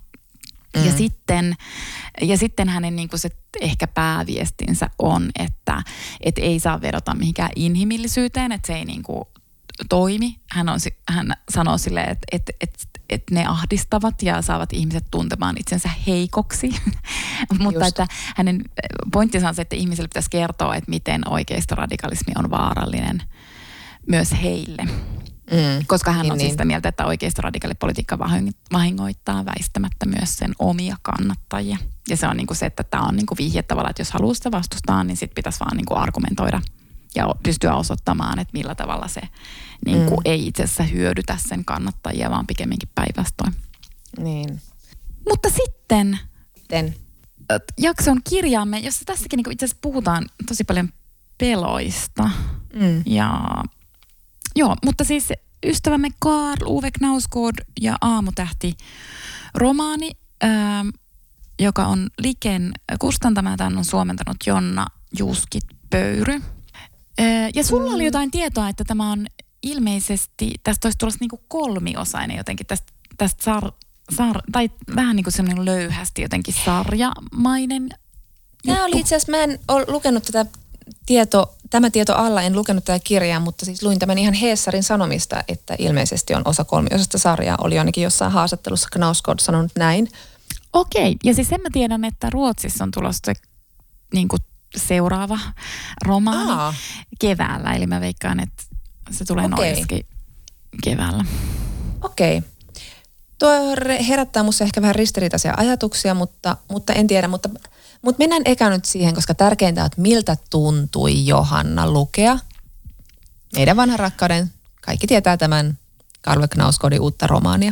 Ja sitten hänen niinku se ehkä pääviestinsä on, että ei saa vedota mihinkään inhimillisyyteen, että se ei niinku toimi. Hän sanoo silleen, että ne ahdistavat ja saavat ihmiset tuntemaan itsensä heikoksi. Mutta että hänen pointtinsa on se, että ihmisille pitäisi kertoa, että miten oikeistoradikalismi on vaarallinen myös heille. Koska hän on siis sitä mieltä, että oikeistoradikaalipolitiikka vahingoittaa väistämättä myös sen omia kannattajia. Ja se on niinku se, että tämä on niinku vihje tavallaan, että jos haluaa sitä vastustaa, niin sitten pitäisi vaan niinku argumentoida ja pystyä osoittamaan, että millä tavalla se niinku ei itse asiassa hyödytä sen kannattajia, vaan pikemminkin päinvastoin. Niin. Mutta sitten jakson kirjaamme, jossa tässäkin niinku itse asiassa puhutaan tosi paljon peloista. Ja joo, mutta siis ystävämme Karl Ove Knausgård ja Aamutähti romaani, joka on Liken kustantama, tämän on suomentanut Jonna Juuskit-Pöyry. Ja sulla oli jotain tietoa, että tämä on ilmeisesti, tästä olisi tulossa niinku kolmiosainen jotenkin, tästä tai vähän niin kuin sellainen löyhästi jotenkin sarjamainen. Tämä oli itse asiassa, mä en ole lukenut tämä tieto alla, en lukenut tätä kirjaa, mutta siis luin tämän ihan Hesarin Sanomista, että ilmeisesti on osa kolmiosasta sarjaa. Oli ainakin jossain haastattelussa Knausgård sanonut näin. Okei, ja siis sen mä tiedän, että Ruotsissa on tulossa se niin kuin seuraava romaani keväällä. Eli mä veikkaan, että se tulee Norjassakin keväällä. Okei. Tuo herättää musta ehkä vähän ristiriitaisia ajatuksia, mutta en tiedä. Mutta mennään eka nyt siihen, koska tärkeintä on, että miltä tuntui Johanna lukea meidän vanhan rakkauden. Kaikki tietää tämän Karl Knausgårdin uutta romaania.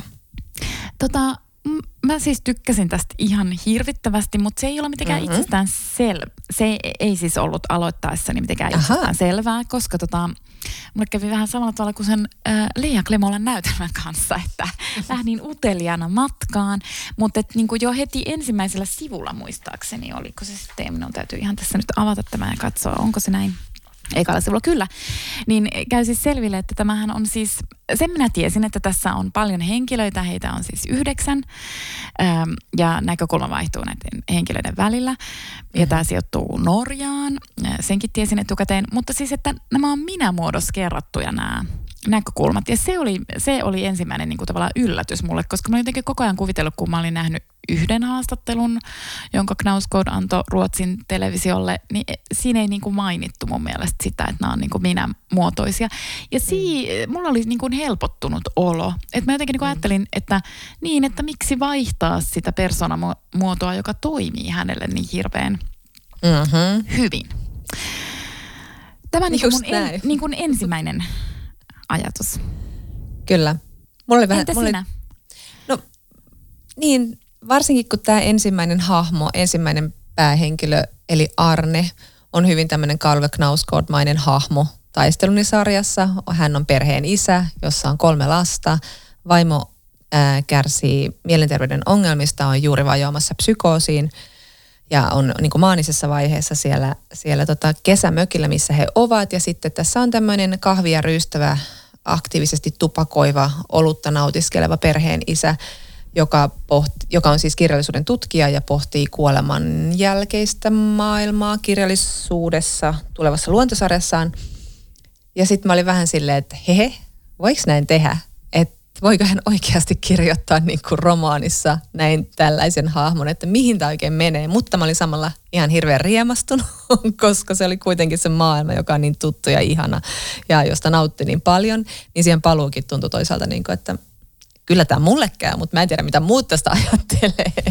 Mä siis tykkäsin tästä ihan hirvittävästi, mutta se ei ole mitenkään itsestään se ei siis ollut aloittaessani mitenkään itsestään selvää, koska mulle kävi vähän samalla tavalla kuin sen Leija Klemolan näytelmän kanssa, että lähdin uteliaana matkaan, mutta niinku jo heti ensimmäisellä sivulla muistaakseni, oliko se sitten, minun täytyy ihan tässä nyt avata tämä ja katsoa, onko se näin. Ekalla sivulla kyllä, niin käy siis selville, että tämähän on siis, sen minä tiesin, että tässä on paljon henkilöitä, heitä on siis 9 ja näkökulma vaihtuu näiden henkilöiden välillä ja tämä sijoittuu Norjaan, senkin tiesin etukäteen, mutta siis, että nämä on minämuodossa kerrottuja nämä näkökulmat ja se oli ensimmäinen niin kuin tavallaan yllätys mulle, koska mä olin jotenkin koko ajan kuvitellut, kun mä olin nähnyt yhden haastattelun, jonka Knausgård antoi Ruotsin televisiolle, niin siinä ei niin kuin mainittu mun mielestä sitä, että nämä on niin kuin minämuotoisia. Ja mulla oli niin kuin helpottunut olo. Että mä jotenkin niin kuin ajattelin, että miksi vaihtaa sitä persoonamuotoa, joka toimii hänelle niin hirveän hyvin. Tämä niin kuin mun kuin ensimmäinen ajatus. Kyllä. Mulla oli vähän, entä sinä? No niin, varsinkin kun tämä ensimmäinen hahmo, ensimmäinen päähenkilö, eli Arne, on hyvin tämmöinen Karl Knausgård-mainen hahmo taistelunisarjassa. Hän on perheen isä, jossa on 3 lasta. Vaimo kärsii mielenterveyden ongelmista, on juuri vajoamassa psykoosiin ja on niin kuin maanisessa vaiheessa siellä kesämökillä, missä he ovat. Ja sitten tässä on tämmöinen kahvia ryystävä, aktiivisesti tupakoiva, olutta nautiskeleva perheen isä, joka on siis kirjallisuuden tutkija ja pohtii kuoleman jälkeistä maailmaa kirjallisuudessa tulevassa luontosarjassaan. Ja sitten mä olin vähän silleen, että voiko näin tehdä? voiko hän oikeasti kirjoittaa niin kuin romaanissa näin tällaisen hahmon, että mihin tämä oikein menee. Mutta mä olin samalla ihan hirveän riemastunut, koska se oli kuitenkin se maailma, joka on niin tuttu ja ihana ja josta nautti niin paljon. Niin siihen paluukin tuntui toisaalta niin kuin, että kyllä tämä mulle käy, mutta mä en tiedä mitä muut tästä ajattelee.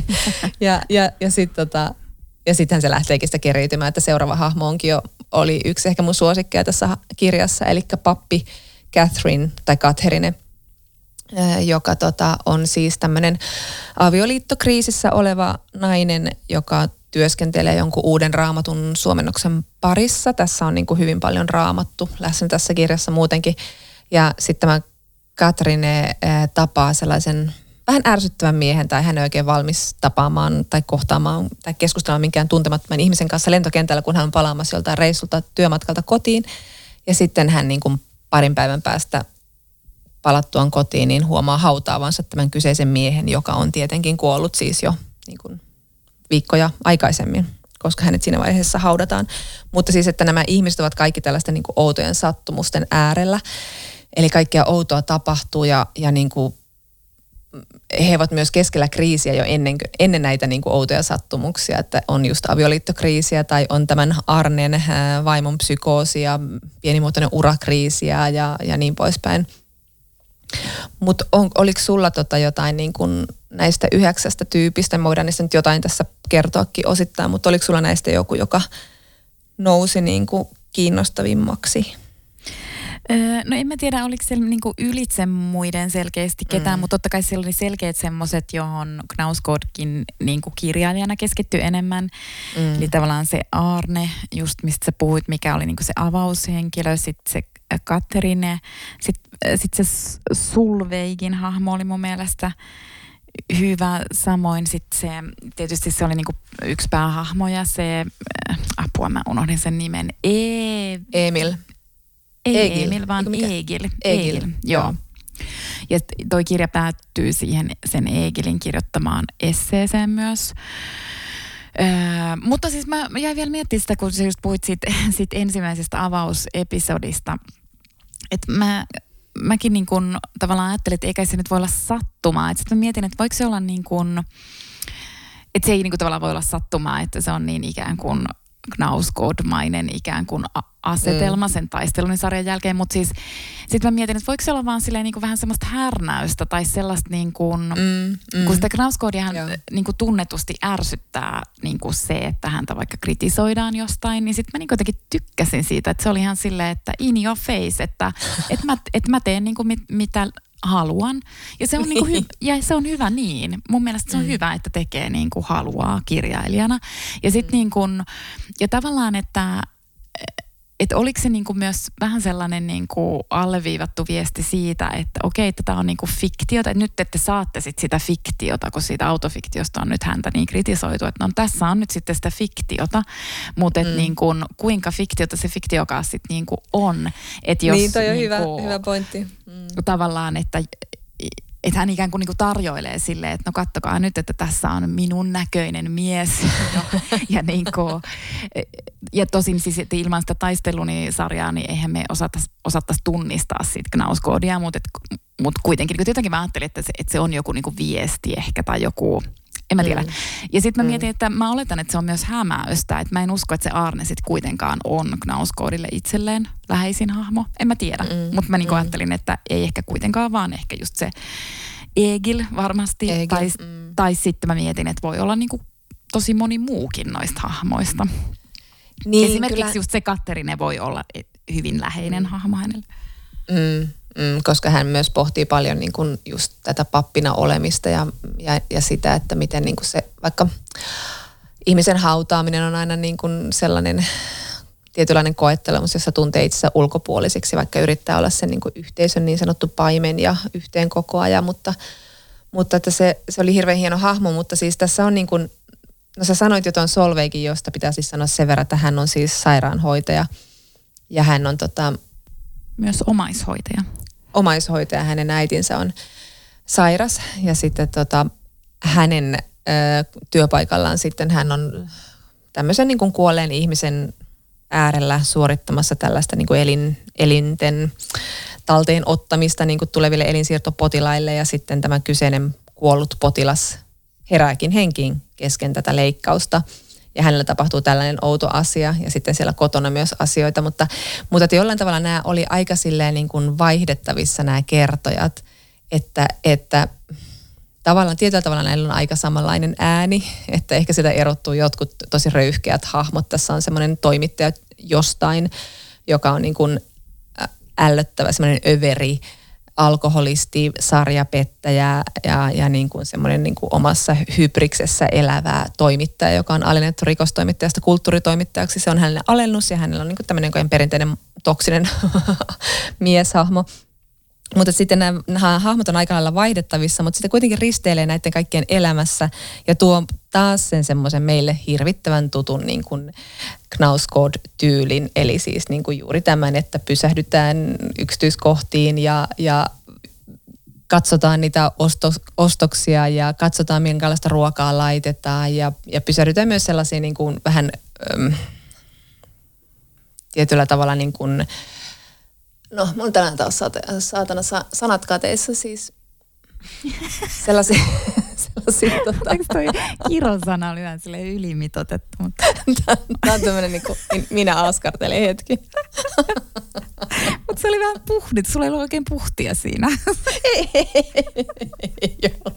Ja sittenhän se lähteekin sitä keriytymään, että seuraava hahmo oli yksi ehkä mun suosikkeja tässä kirjassa, eli pappi Catherine, joka on siis tämmöinen avioliittokriisissä oleva nainen, joka työskentelee jonkun uuden raamatun suomennoksen parissa. Tässä on niin kuin hyvin paljon raamattu läsnä tässä kirjassa muutenkin. Ja sitten tämä Catherine tapaa sellaisen vähän ärsyttävän miehen, tai hän ei oikein valmis tapaamaan tai kohtaamaan tai keskustelemaan minkään tuntemattoman ihmisen kanssa lentokentällä, kun hän on palaamassa joltain reissulta työmatkalta kotiin. Ja sitten hän niin kuin parin päivän päästä palattuaan kotiin, niin huomaa hautaavansa tämän kyseisen miehen, joka on tietenkin kuollut siis jo niin kuin viikkoja aikaisemmin, koska hänet siinä vaiheessa haudataan. Mutta siis, että nämä ihmiset ovat kaikki tällaisten niin kuin outojen sattumusten äärellä. Eli kaikkea outoa tapahtuu ja niin kuin he ovat myös keskellä kriisiä jo ennen näitä niin kuin outoja sattumuksia, että on just avioliittokriisiä tai on tämän Arnen vaimon psykoosi ja pienimuotoinen urakriisiä ja niin poispäin. Mutta oliko sulla jotain niin kuin näistä 9 tyypistä, me voidaan niistä nyt jotain tässä kertoakin osittain, mutta oliko sulla näistä joku, joka nousi niin kuin kiinnostavimmaksi? No en mä tiedä, oliko siellä niinku ylitse muiden selkeästi ketään, mutta totta kai siellä oli selkeät semmoiset, johon Knausgårdkin niinku kirjailijana keskittyi enemmän. Eli tavallaan se Arne, just mistä sä puhuit, mikä oli niinku se avaushenkilö, sitten se Catherine, sitten se Solveigin hahmo oli mun mielestä hyvä. Samoin sitten se, tietysti se oli niinku yksi päähahmo ja se, apua mä unohdin sen nimen, Emil. Ei Emil, vaan Egil. Joo. Ja toi kirja päättyy siihen sen Egilin kirjoittamaan esseeseen myös. Mutta siis mä jäin vielä miettimään sitä, kun sä just puhuit siitä ensimmäisestä avausepisodista. Että mäkin niin kun tavallaan ajattelin, että eikä se nyt voi olla sattumaa. Että sitten mä mietin, että voiko se olla niin kuin, että se ei niin kuin tavallaan voi olla sattumaa, että se on niin ikään kuin Knausgård-mainen ikään kuin asetelma sen taistelun sarjan jälkeen, mutta siis sitten mä mietin, että voiko se olla vaan silleen niin kuin vähän semmoista härnäystä tai sellaista niin kuin, kun sitä Knausgårdiahan niin kuin tunnetusti ärsyttää niin kuin se, että häntä vaikka kritisoidaan jostain, niin sitten mä niin kuin jotenkin tykkäsin siitä, että se oli ihan silleen, että in your face, että mä teen niin kuin mitä haluan. Ja se on, niin kuin ja se on hyvä niin. Mun mielestä se on hyvä, että tekee niin kuin haluaa kirjailijana. Ja sitten niin kuin, ja tavallaan, että oliko se niin kuin myös vähän sellainen niin kuin alleviivattu viesti siitä, että okei, että tämä on niin kuin fiktiota, että nyt ette saatte sit sitä fiktiota, kun siitä autofiktiosta on nyt häntä niin kritisoitu, että no tässä on nyt sitten sitä fiktiota, mutta että niin kuin, kuinka fiktiota se fiktiokaan sitten niin kuin on. Että jos, niin, toi on niin hyvä pointti. Tavallaan, että hän ikään kuin tarjoilee silleen, että no kattokaa nyt, että tässä on minun näköinen mies. ja, niin kuin, ja tosin siis että ilman sitä taisteluni-sarjaa, niin eihän me osattaisi tunnistaa siitä Knausgårdia, mutta kuitenkin jotenkin mä ajattelin, että se on joku niin kuin viesti ehkä tai joku, en mä tiedä. Ja sitten mä mietin, että mä oletan, että se on myös hämäystä, että mä en usko, että se Arne sitten kuitenkaan on Knausgårdille itselleen läheisin hahmo. En mä tiedä, mutta mä ajattelin, että ei ehkä kuitenkaan, vaan ehkä just se Egil varmasti. Tai sitten mä mietin, että voi olla niinku tosi moni muukin noista hahmoista. Niin, esimerkiksi kyllä. Just se Catherine voi olla hyvin läheinen hahmo hänelle. Koska hän myös pohtii paljon niin kuin just tätä pappina olemista ja sitä, että miten niin kuin se, vaikka ihmisen hautaaminen on aina niin kuin sellainen tietynlainen koettelemus, jossa tuntee itsensä ulkopuolisiksi, vaikka yrittää olla sen niin kuin yhteisön niin sanottu paimen ja yhteenkokoaja, mutta että se oli hirveän hieno hahmo, mutta siis tässä on niin kuin, no sä sanoit jo tuon Solveigin, josta pitää siis sanoa sen verran, että hän on siis sairaanhoitaja ja hän on myös omaishoitaja. Omaishoitaja, hänen äitinsä on sairas ja sitten hänen työpaikallaan sitten hän on tämmöisen niin kuin kuolleen ihmisen äärellä suorittamassa tällaista niin kuin elinten talteen ottamista niin kuin tuleville elinsiirtopotilaille ja sitten tämä kyseinen kuollut potilas herääkin henkiin kesken tätä leikkausta. Ja hänellä tapahtuu tällainen outo asia ja sitten siellä kotona myös asioita, mutta jollain tavalla nämä oli aika silleen niin kuin vaihdettavissa nämä kertojat, että tavallaan tietyllä tavalla näillä on aika samanlainen ääni, että ehkä sitä erottuu jotkut tosi röyhkeät hahmot. Tässä on semmoinen toimittaja jostain, joka on niin kuin ällöttävä, semmoinen överi, alkoholisti, sarjapettäjä ja niin kuin semmoinen niin kuin omassa hybriksessä elävä toimittaja, joka on alennettu rikostoimittajasta kulttuuritoimittajaksi. Se on hänelle alennus ja hänellä on niin kuin tämmöinen perinteinen toksinen mieshahmo. Mutta sitten nämä hahmot on aika lailla vaihdettavissa, mutta sitten kuitenkin risteilee näiden kaikkien elämässä ja tuo taas sen semmoisen meille hirvittävän tutun niin kuin Knausgård-tyylin. Eli siis niin kuin juuri tämän, että pysähdytään yksityiskohtiin ja katsotaan niitä ostoksia ja katsotaan minkälaista ruokaa laitetaan ja pysähdytään myös sellaisiin niin kuin vähän tietyllä tavalla niin kuin no, mun tänään taas saatana sanat kateissa siis sellaisia Eikö toi kirosana oli vähän silleen ylimitoitettu? Mutta tämä on tämmöinen niin kuin minä askartelen hetki. Mutta se oli vähän puhdit, sulla ei ollut oikein puhtia siinä. Joo.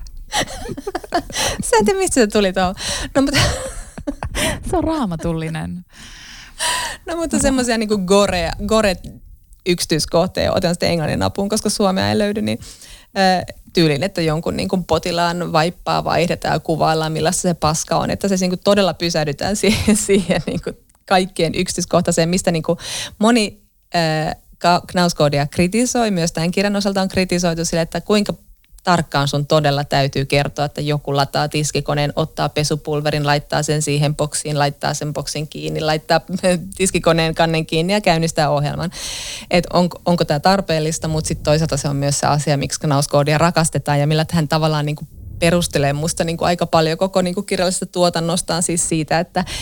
Sä en tiedä, mistä se tuli tuohon. No, mutta se on raamatullinen. No mutta semmoisia niin kuin gore yksityiskohteja, otan sitten englannin apuun, koska suomea ei löydy, niin tyylin, että jonkun niin kuin potilaan vaippaa vaihdetaan ja kuvaillaan, millaista se paska on, että se niin kuin todella pysähdytään siihen niin kuin kaikkien yksityiskohtaiseen, mistä niin kuin moni Knausgårdia kritisoi, myös tämän kirjan osalta on kritisoitu sille, että kuinka tarkkaan sun todella täytyy kertoa, että joku lataa tiskikoneen, ottaa pesupulverin, laittaa sen siihen boksiin, laittaa sen boksin kiinni, laittaa tiskikoneen kannen kiinni ja käynnistää ohjelman. Että onko tämä tarpeellista, mutta sitten toisaalta se on myös se asia, miksi Knausgårdia rakastetaan ja millä hän tavallaan niin kuin perustelee musta niin kuin aika paljon koko niin kuin kirjallisesta tuotannostaan siis siitä,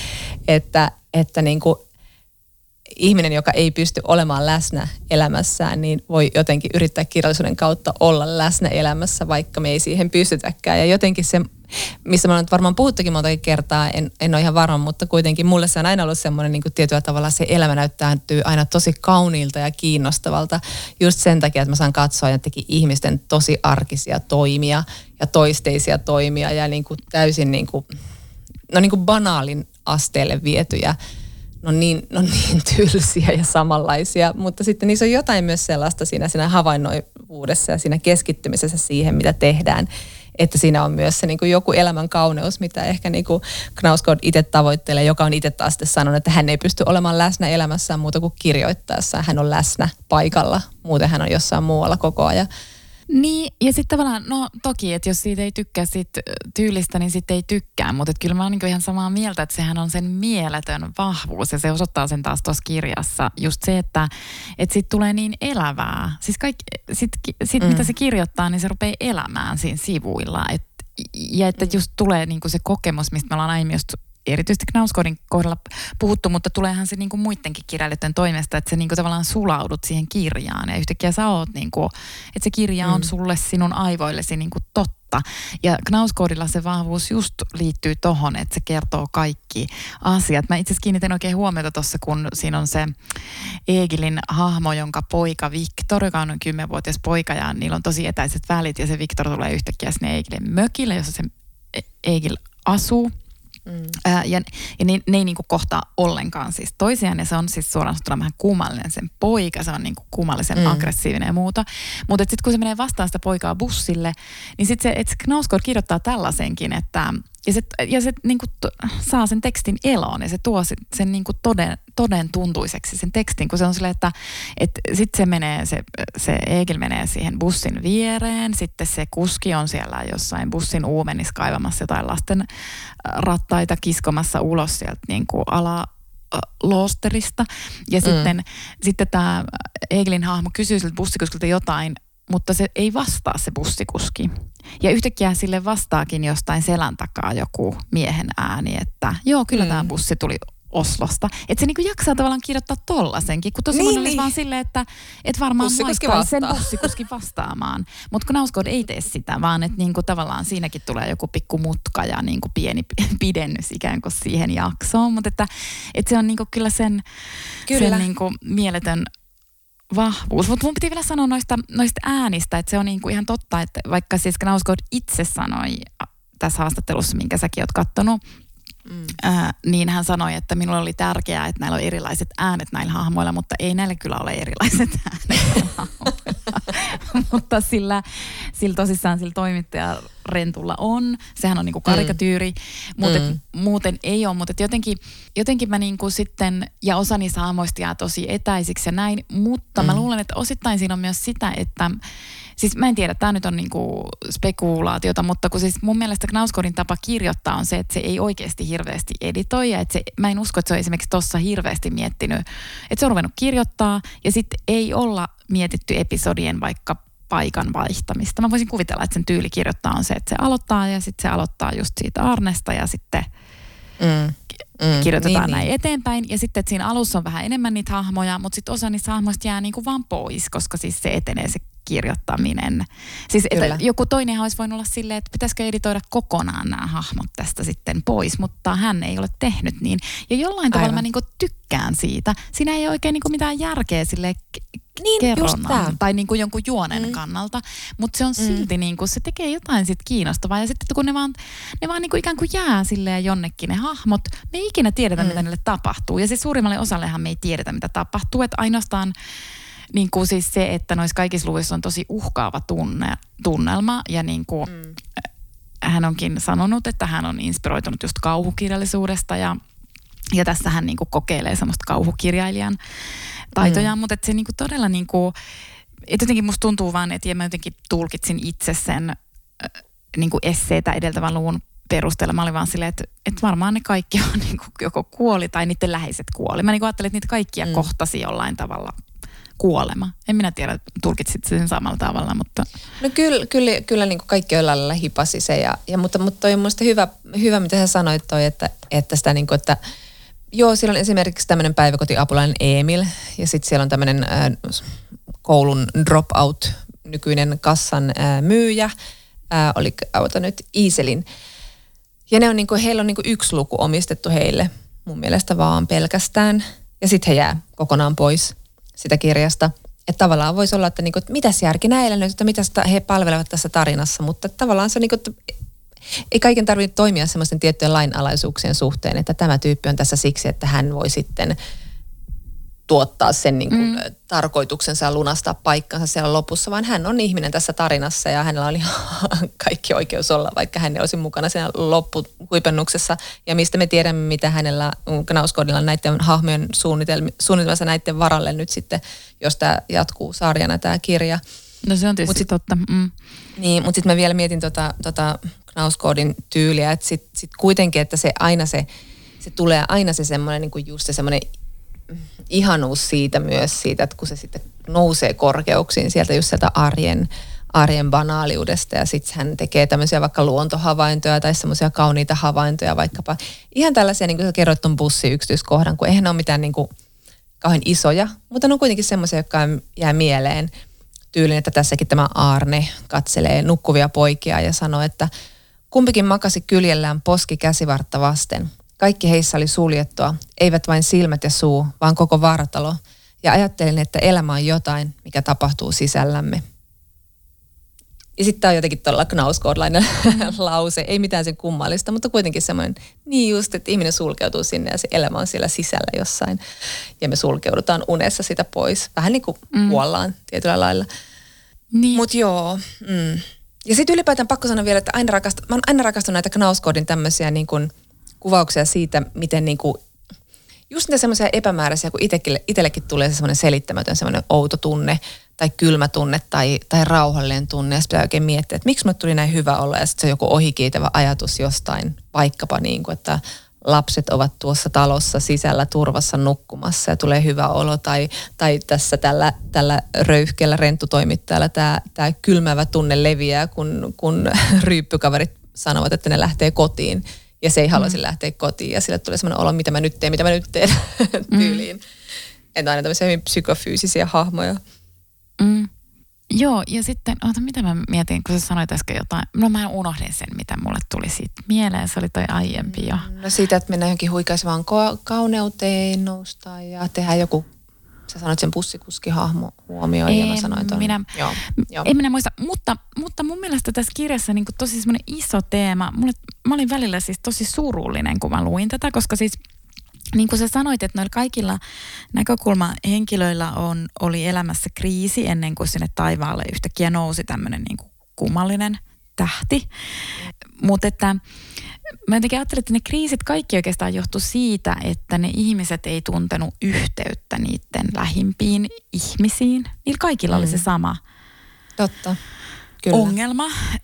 että niin kuin ihminen, joka ei pysty olemaan läsnä elämässään, niin voi jotenkin yrittää kirjallisuuden kautta olla läsnä elämässä, vaikka me ei siihen pystytäkään. Ja jotenkin se, missä mä olen varmaan puhuttukin montakin kertaa, en ole ihan varma, mutta kuitenkin mulle se on aina ollut semmoinen niin kuin tietyllä tavalla se elämä näyttäytyy aina tosi kauniilta ja kiinnostavalta. Just sen takia, että mä saan katsoa jotenkin ihmisten tosi arkisia toimia ja toisteisia toimia ja niin kuin täysin niin kuin banaalin asteelle vietyjä. No niin tylsiä ja samanlaisia, mutta sitten niissä on jotain myös sellaista siinä havainnoivuudessa ja siinä keskittymisessä siihen, mitä tehdään. Että siinä on myös se niin kuin joku elämän kauneus, mitä ehkä niin kuin Knausgård itse tavoittelee, joka on itse taas sitten sanonut, että hän ei pysty olemaan läsnä elämässään muuta kuin kirjoittaessaan. Hän on läsnä paikalla, muuten hän on jossain muualla koko ajan. Niin, ja sitten tavallaan, no toki, että jos siitä ei tykkää siitä tyylistä, niin sitten ei tykkää, mutta kyllä mä oon niin ihan samaa mieltä, että sehän on sen mieletön vahvuus ja se osoittaa sen taas tuossa kirjassa. Just se, että siitä tulee niin elävää. Siis mitä se kirjoittaa, niin se rupeaa elämään siinä sivuilla. Ja että just tulee niin kuin se kokemus, mistä me ollaan aiemmin just erityisesti Knausgårdin kohdalla puhuttu, mutta tuleehan se niin kuin muidenkin kirjailijoiden toimesta, että sä niin kuin tavallaan sulaudut siihen kirjaan ja yhtäkkiä sä oot niin kuin, että se kirja on sulle sinun aivoillesi niin kuin totta. Ja Knausgårdilla se vahvuus just liittyy tohon, että se kertoo kaikki asiat. Mä itse asiassa kiinnitin oikein huomiota tuossa, kun siinä on se Egilin hahmo, jonka poika Viktor, joka on 10-vuotias poika ja niillä on tosi etäiset välit ja se Viktor tulee yhtäkkiä sinne Egilin mökille, jossa se Egil asuu. Ja ne ei niinku kohtaa ollenkaan siis toisiaan ja se on siis suoraan sanottuna vähän kummallinen sen poika, se on niinku kummallisen aggressiivinen ja muuta. Mutta sitten kun se menee vastaan sitä poikaa bussille, niin sitten se Knausgård kirjoittaa tällaisenkin, että ja se niinku saa sen tekstin eloon ja se tuo sen niinku toden tuntuiseksi sen tekstin, kun se on silleen, että sitten se Egil menee siihen bussin viereen, sitten se kuski on siellä jossain bussin uumenissa kaivamassa jotain lasten rattaita kiskomassa ulos sieltä niinku alaloosterista ja sitten tämä Egilin hahmo kysyy siltä bussikuskilta jotain, mutta se ei vastaa se bussikuski. Ja yhtäkkiä sille vastaakin jostain selän takaa joku miehen ääni, että joo, kyllä tämä bussi tuli Oslosta. Että se niinku jaksaa tavallaan kirjoittaa tollasenkin, kun tosi moni olisi vaan silleen, että varmaan maistaisi sen bussikuski vastaamaan. Mutta kun Knausgård ei tee sitä, vaan että niinku tavallaan siinäkin tulee joku pikku mutka ja niinku pieni pidennys ikään kuin siihen jaksoon. Mutta että se on niinku kyllä sen niinku mieletön vahvuus. Mutta mun piti vielä sanoa noista äänistä, että se on niinku ihan totta, että vaikka siis Knausgård itse sanoi tässä haastattelussa, minkä säkin oot kattonut, niin hän sanoi, että minulle oli tärkeää, että näillä on erilaiset äänet näillä hahmoilla, mutta ei näillä kyllä ole erilaiset äänet mutta sillä tosissaan sillä toimittaja Rentulla on. Sehän on niinku karikatyyri, mutta muuten ei ole. Mutta jotenkin mä niinku sitten, ja osa niistä hahmoista jää tosi etäisiksi ja näin, mutta mä luulen, että osittain siinä on myös sitä, että siis mä en tiedä, tämä nyt on niinku spekulaatiota, mutta kun siis mun mielestä Knausgårdin tapa kirjoittaa on se, että se ei oikeasti hirveästi editoi. Ja että mä en usko, että se on esimerkiksi tossa hirveästi miettinyt, että se on ruvennut kirjoittaa ja sitten ei olla mietitty episodien vaikka paikan vaihtamista. Mä voisin kuvitella, että sen tyyli kirjoittaa on se, että se aloittaa ja sitten se aloittaa just siitä Arnesta ja sitten kirjoitetaan näin eteenpäin. Ja sitten, että siinä alussa on vähän enemmän niitä hahmoja, mutta sitten osa niistä hahmoista jää niinku vaan pois, koska siis se etenee se kirjoittaminen. Siis että joku toinenhan olisi voinut olla silleen, että pitäisikö editoida kokonaan nämä hahmot tästä sitten pois, mutta hän ei ole tehnyt niin. Ja jollain tavalla mä niinku tykkään siitä. Siinä ei ole oikein niinku mitään järkeä silleen kerronnan tai niinku jonkun juonen kannalta, mutta se on silti niinku, se tekee jotain sit kiinnostavaa ja sitten kun ne vaan niinku ikään kuin jää silleen jonnekin ne hahmot, me ei ikinä tiedetä mitä niille tapahtuu ja siis suurimmalle osallehan me ei tiedetä mitä tapahtuu, että ainoastaan niinku siis se, että noissa kaikissa luvuissa on tosi uhkaava tunnelma ja niinku hän onkin sanonut, että hän on inspiroitunut just kauhukirjallisuudesta ja tässä hän niinku kokeilee semmoista kauhukirjailijan taitojaan, mutta että se niinku todella niinku, että jotenkin musta tuntuu vaan, että mä jotenkin tulkitsin itse sen niinku esseitä edeltävän luvun perusteella. Mä olin vaan silleen, että varmaan ne kaikki on niinku joko kuoli tai niiden läheiset kuoli. Mä niinku ajattelin, että niitä kaikkia kohtasi jollain tavalla kuolema. En minä tiedä, tulkitsit sen samalla tavalla, mutta no kyllä niin kuin kaikki jollain lailla hipasi se. Mutta toi on minusta hyvä, mitä sä sanoit toi, että sitä niin kuin, että joo, siellä on esimerkiksi tämmöinen päiväkotiapulainen Emil ja sitten siellä on tämmöinen koulun dropout, nykyinen kassan myyjä, oli nyt Iiselin. Ja ne on niinku, heillä on niinku yksi luku omistettu heille, mun mielestä vaan pelkästään. Ja sitten he jää kokonaan pois sitä kirjasta. Että tavallaan voisi olla, että niinku, mitäs järki näillä nyt, että mitä he palvelevat tässä tarinassa. Mutta tavallaan se on niinku, että ei kaiken tarvitse toimia semmoisten tiettyjen lainalaisuuksien suhteen, että tämä tyyppi on tässä siksi, että hän voi sitten tuottaa sen niin kuin tarkoituksensa ja lunastaa paikkansa siellä lopussa, vaan hän on ihminen tässä tarinassa ja hänellä on ihan kaikki oikeus olla, vaikka hän ei olisi mukana siinä loppuhuipennuksessa. Ja mistä me tiedämme, mitä hänellä Knausgårdilla näiden hahmojen suunnitelmassa näiden varalle nyt sitten, jos tämä jatkuu sarjana tämä kirja. No se on tietysti totta. Niin, mutta sitten mä vielä mietin Knausgårdin tyyliä, että sit kuitenkin, että se tulee aina se semmoinen niin kuin just se semmoinen ihanuus siitä myös siitä, että kun se sitten nousee korkeuksiin sieltä just sieltä arjen banaaliudesta ja sitten hän tekee tämmöisiä vaikka luontohavaintoja tai semmoisia kauniita havaintoja vaikkapa. Ihan tällaisia, niin kuin sä kerroit ton bussiyksityiskohdan, kun eihän ne ole mitään niin kuin kauhean isoja, mutta ne on kuitenkin semmoisia, jotka jää mieleen tyylin, että tässäkin tämä Arne katselee nukkuvia poikia ja sanoo, että kumpikin makasi kyljellään poski käsivartta vasten. Kaikki heissä oli suljettua, eivät vain silmät ja suu, vaan koko vartalo. Ja ajattelin, että elämä on jotain, mikä tapahtuu sisällämme. Ja sitten tämä on jotenkin todella Knausgårdlainen lause. Ei mitään sen kummallista, mutta kuitenkin semmoinen, niin just, että ihminen sulkeutuu sinne ja se elämä on siellä sisällä jossain. Ja me sulkeudutaan unessa sitä pois. Vähän niin kuin kuollaan tietyllä lailla. Niin. Mutta joo. Ja sitten ylipäätään pakko sanoa vielä, että mä oon aina rakastanut näitä Knausgårdin tämmöisiä niin kuin kuvauksia siitä, miten niinku, just niitä semmoisia epämääräisiä, kun itsellekin tulee se semmoinen selittämätön semmoinen outo tunne tai kylmä tunne tai rauhallinen tunne. Ja sitten pitää oikein miettiä, että miksi mulle tuli näin hyvä olla ja sitten se on joku ohikiitävä ajatus jostain, vaikkapa niin kuin, että lapset ovat tuossa talossa sisällä turvassa nukkumassa ja tulee hyvä olo tai tässä tällä röyhkeällä renttutoimittajalla tämä kylmävä tunne leviää, kun ryyppykaverit sanovat, että ne lähtee kotiin. ja se ei haluaisi lähteä kotiin ja sille tulee semmoinen olo, mitä mä nyt teen tyyliin. Että aina tämmöisiä hyvin psykofyysisiä hahmoja. Joo, ja sitten, mitä mä mietin, kun sä sanoit äsken jotain. No mä unohdin sen, mitä mulle tuli siitä mieleen. Se oli toi aiempi jo. No siitä, että mennään johonkin huikaisevaan kauneuteen, noustaan ja tehdään joku, sä sanoit sen bussikuskihahmo huomioon ja mä sanoin ton. Joo. En minä muista, mutta mun mielestä tässä kirjassa niin tosi semmoinen iso teema. Mä olin välillä siis tosi surullinen, kun mä luin tätä, koska siis niin kuin sä sanoit, että noilla kaikilla näkökulmahenkilöillä oli elämässä kriisi ennen kuin sinne taivaalle yhtäkkiä nousi tämmöinen niin kuin kummallinen tähti. Mutta että mä jotenkin ajattelin, että ne kriisit kaikki oikeastaan johtui siitä, että ne ihmiset ei tuntenut yhteyttä niiden lähimpiin ihmisiin. Niillä kaikilla oli se sama Totta. Kyllä. Ongelma.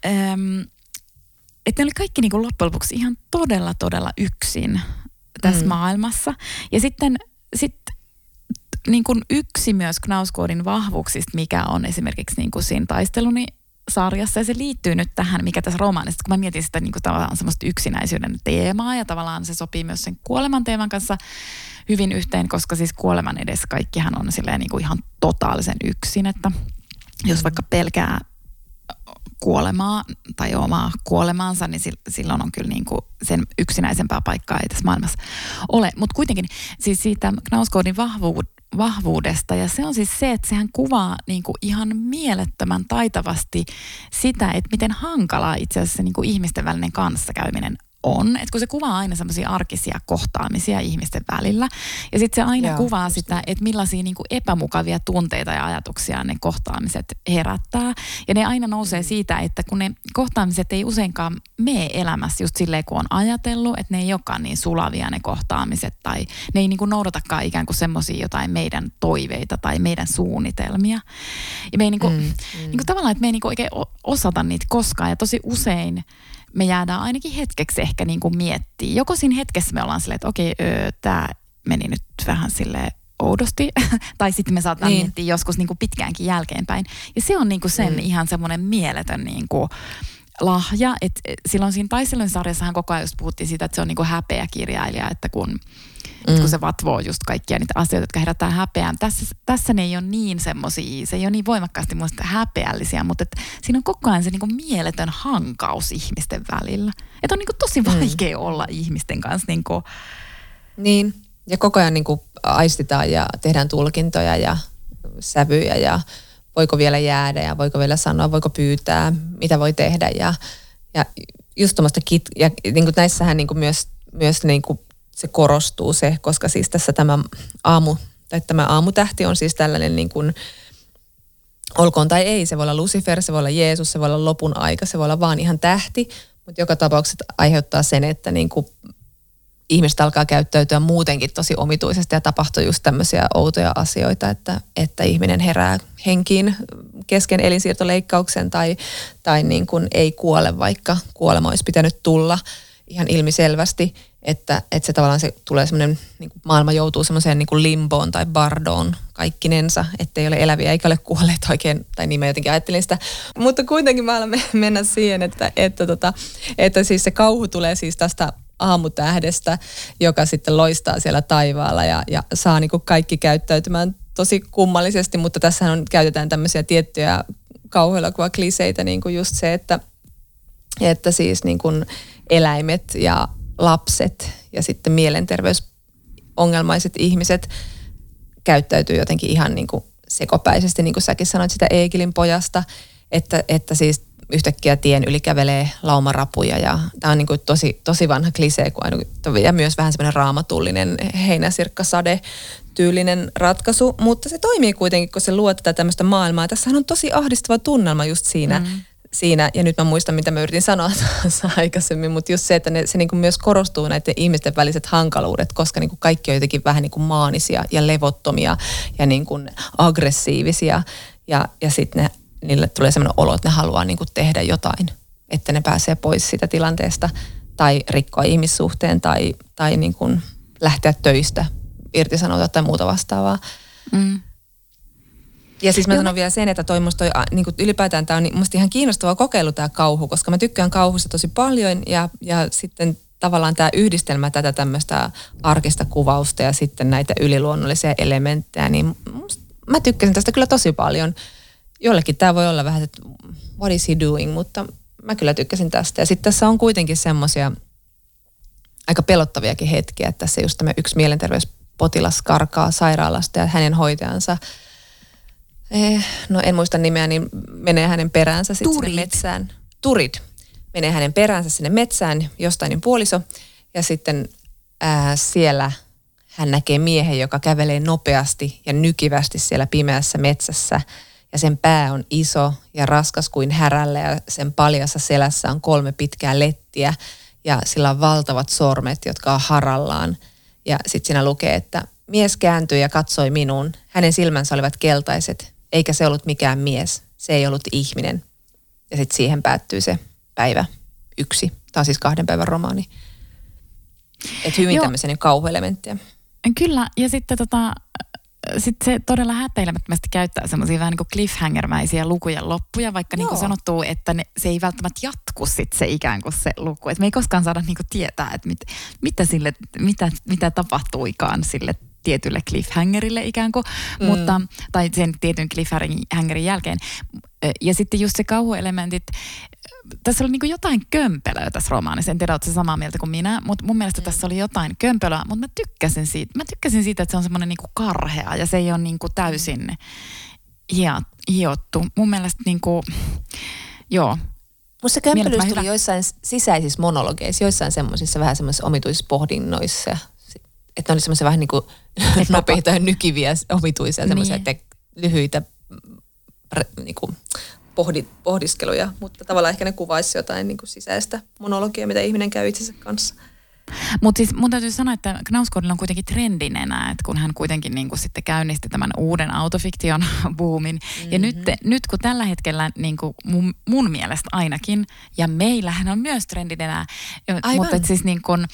Että ne oli kaikki niin kuin loppujen lopuksi ihan todella yksin tässä maailmassa. Ja sitten niin kuin yksi myös Knausgårdin vahvuuksista, mikä on esimerkiksi niin kuin siinä taisteluni sarjassa, ja se liittyy nyt tähän, mikä tässä romaanissa, kun mä mietin sitä niin kuin tavallaan semmoista yksinäisyyden teemaa, ja tavallaan se sopii myös sen kuoleman teeman kanssa hyvin yhteen, koska siis kuoleman edessä kaikkihan on silleen niin kuin ihan totaalisen yksin, että jos vaikka pelkää kuolemaa tai omaa kuolemaansa, niin silloin on kyllä niin kuin sen yksinäisempää paikkaa ei tässä maailmassa ole. Mutta kuitenkin siis siitä Knausgårdin vahvuudesta, ja se on siis se, että sehän kuvaa niin kuin ihan mielettömän taitavasti sitä, että miten hankalaa itse asiassa niin kuin ihmisten välinen kanssakäyminen on. Että kun se kuvaa aina semmoisia arkisia kohtaamisia ihmisten välillä, ja sitten se aina kuvaa sitä, että millaisia niin kuin epämukavia tunteita ja ajatuksia ne kohtaamiset herättää. Ja ne aina nousee siitä, että kun ne kohtaamiset ei useinkaan mene elämässä just silleen, kun on ajatellut, että ne ei olekaan niin sulavia ne kohtaamiset, tai ne ei niin kuin noudatakaan ikään kuin semmoisia jotain meidän toiveita tai meidän suunnitelmia. Ja me ei niin kuin tavallaan, että me ei niin kuin oikein osata niitä koskaan, ja tosi usein me jäädään ainakin hetkeksi ehkä niin kuin miettimään. Joko siinä hetkessä me ollaan silleen, että okei, tämä meni nyt vähän silleen oudosti. Tai sitten me saattaa miettiä joskus niin kuin pitkäänkin jälkeenpäin. Ja se on niin kuin sen ihan semmoinen mieletön niin kuin lahja. Että silloin siinä taistelun sarjassahan koko ajan just puhuttiin siitä, että se on niin kuin häpeäkirjailija, että kun se vatvoo just kaikkia niitä asioita, jotka herättää häpeään. Tässä ne ei ole niin semmoisia, se ei ole niin voimakkaasti muista häpeällisiä, mutta siinä on koko ajan se niinku mieletön hankaus ihmisten välillä. Että on niinku tosi vaikea olla ihmisten kanssa. Niinku. Niin, ja koko ajan niinku aistitaan ja tehdään tulkintoja ja sävyjä ja voiko vielä jäädä ja voiko vielä sanoa, voiko pyytää, mitä voi tehdä. Ja just tuommoista ja niinku näissähän niinku myös niinku se korostuu se, koska siis tässä tämä aamutähti on siis tällainen niin kuin, olkoon tai ei, se voi olla Lucifer, se voi olla Jeesus, se voi olla lopun aika, se voi olla vaan ihan tähti, mutta joka tapauksessa aiheuttaa sen, että niin kuin ihmiset alkaa käyttäytyä muutenkin tosi omituisesti ja tapahtuu just tämmöisiä outoja asioita, että ihminen herää henkiin kesken elinsiirtoleikkauksen tai niin kuin ei kuole, vaikka kuolema olisi pitänyt tulla ihan ilmiselvästi. Että se tavallaan se tulee semmoinen, niin kuin maailma joutuu semmoiseen niin kuin limboon tai bardoon kaikkinensa, ettei ole eläviä eikä ole kuolleet oikein, tai niin mä jotenkin ajattelin sitä. Mutta kuitenkin mä alan mennä siihen, että siis se kauhu tulee siis tästä aamutähdestä, joka sitten loistaa siellä taivaalla ja saa niin kuin kaikki käyttäytymään tosi kummallisesti, mutta tässä käytetään tämmöisiä tiettyjä kauhuelokuva-kliseitä, niin kuin just se, että siis niin kuin eläimet ja lapset ja sitten mielenterveysongelmaiset ihmiset käyttäytyy jotenkin ihan niin kuin sekopäisesti, niin kuin säkin sanoit sitä Egilin pojasta, että siis yhtäkkiä tien yli kävelee laumarapuja ja tämä on niin kuin tosi vanha klisee ja myös vähän semmoinen raamatullinen heinäsirkkasade-tyylinen ratkaisu, mutta se toimii kuitenkin, kun se luo tätä tämmöistä maailmaa. Tässähän on tosi ahdistava tunnelma just siinä, ja nyt mä muistan, mitä mä yritin sanoa aikaisemmin, mutta just se, että se niin kuin myös korostuu näiden ihmisten väliset hankaluudet, koska niin kuin kaikki on jotenkin vähän niin kuin maanisia ja levottomia ja niin kuin aggressiivisia, ja sitten niille tulee sellainen olo, että ne haluaa niin kuin tehdä jotain, että ne pääsee pois siitä tilanteesta tai rikkoa ihmissuhteen tai niin kuin lähteä töistä, irtisanoutua tai muuta vastaavaa. Ja siis mä sanon vielä sen, että niin ylipäätään tämä on musta ihan kiinnostava kokeilu tämä kauhu, koska mä tykkään kauhusta tosi paljon ja sitten tavallaan tämä yhdistelmä tätä tämmöistä arkista kuvausta ja sitten näitä yliluonnollisia elementtejä, niin mä tykkäsin tästä kyllä tosi paljon. Jollekin tämä voi olla vähän, että what is he doing, mutta mä kyllä tykkäsin tästä. Ja sitten tässä on kuitenkin semmoisia aika pelottaviakin hetkiä, että tässä just tämä yksi mielenterveyspotilas karkaa sairaalasta ja hänen hoitajansa, no en muista nimeä, niin menee hänen peräänsä sitten sinne metsään. Turid. Menee hänen peräänsä sinne metsään, jostainen puoliso, ja sitten siellä hän näkee miehen, joka kävelee nopeasti ja nykivästi siellä pimeässä metsässä, ja sen pää on iso ja raskas kuin härällä, ja sen paljassa selässä on 3 pitkää lettiä, ja sillä on valtavat sormet, jotka on harallaan. Ja sitten siinä lukee, että mies kääntyi ja katsoi minuun. Hänen silmänsä olivat keltaiset, eikä se ollut mikään mies. Se ei ollut ihminen. Ja sitten siihen päättyy se päivä 1. Tämä on siis 2 päivän romaani. Että hyvin tämmöisen kauhuelementtiä. Kyllä, ja sitten sit se todella häpeilemättömästi käyttää semmoisia vähän niin kuin cliffhanger-mäisiä lukujen loppuja, vaikka niin kuin sanottuu, että se ei välttämättä jatku sitten se ikään kuin se luku. Et me ei koskaan saada niin kuin tietää, että mitä tapahtuikaan sille tietylle cliffhangerille ikään kuin, mutta, tai sen tietyn cliffhangerin jälkeen. Ja sitten just se kauhuelementit, tässä oli niinku jotain kömpelöä tässä romaanissa. En tiedä, oletko samaa mieltä kuin minä, mutta mun mielestä tässä oli jotain kömpelöä, mutta mä tykkäsin siitä, että se on semmoinen niinku karhea ja se ei ole niinku täysin hiottu. Mun mielestä niinku, joo. Musta se kömpelyys tuli joissain sisäisissä monologeissa, joissain semmoisissa vähän semmoisissa omituisissa pohdinnoissa. Että ne oli semmoisia vähän niinku nopeita ja nykiviä omituisia, semmoisia lyhyitä niinku pohdiskeluja, mutta tavallaan ehkä ne kuvaisi jotain niin kuin sisäistä monologia, mitä ihminen käy itsensä kanssa. Mutta siis mun täytyy sanoa, että Knausgårdilla on kuitenkin trendinenä, että kun hän kuitenkin niin kuin sitten käynnisti tämän uuden autofiktion boomin. Ja nyt kun tällä hetkellä niin kuin mun mielestä ainakin, ja meillähän on myös trendinenä, mutta siis niin kuin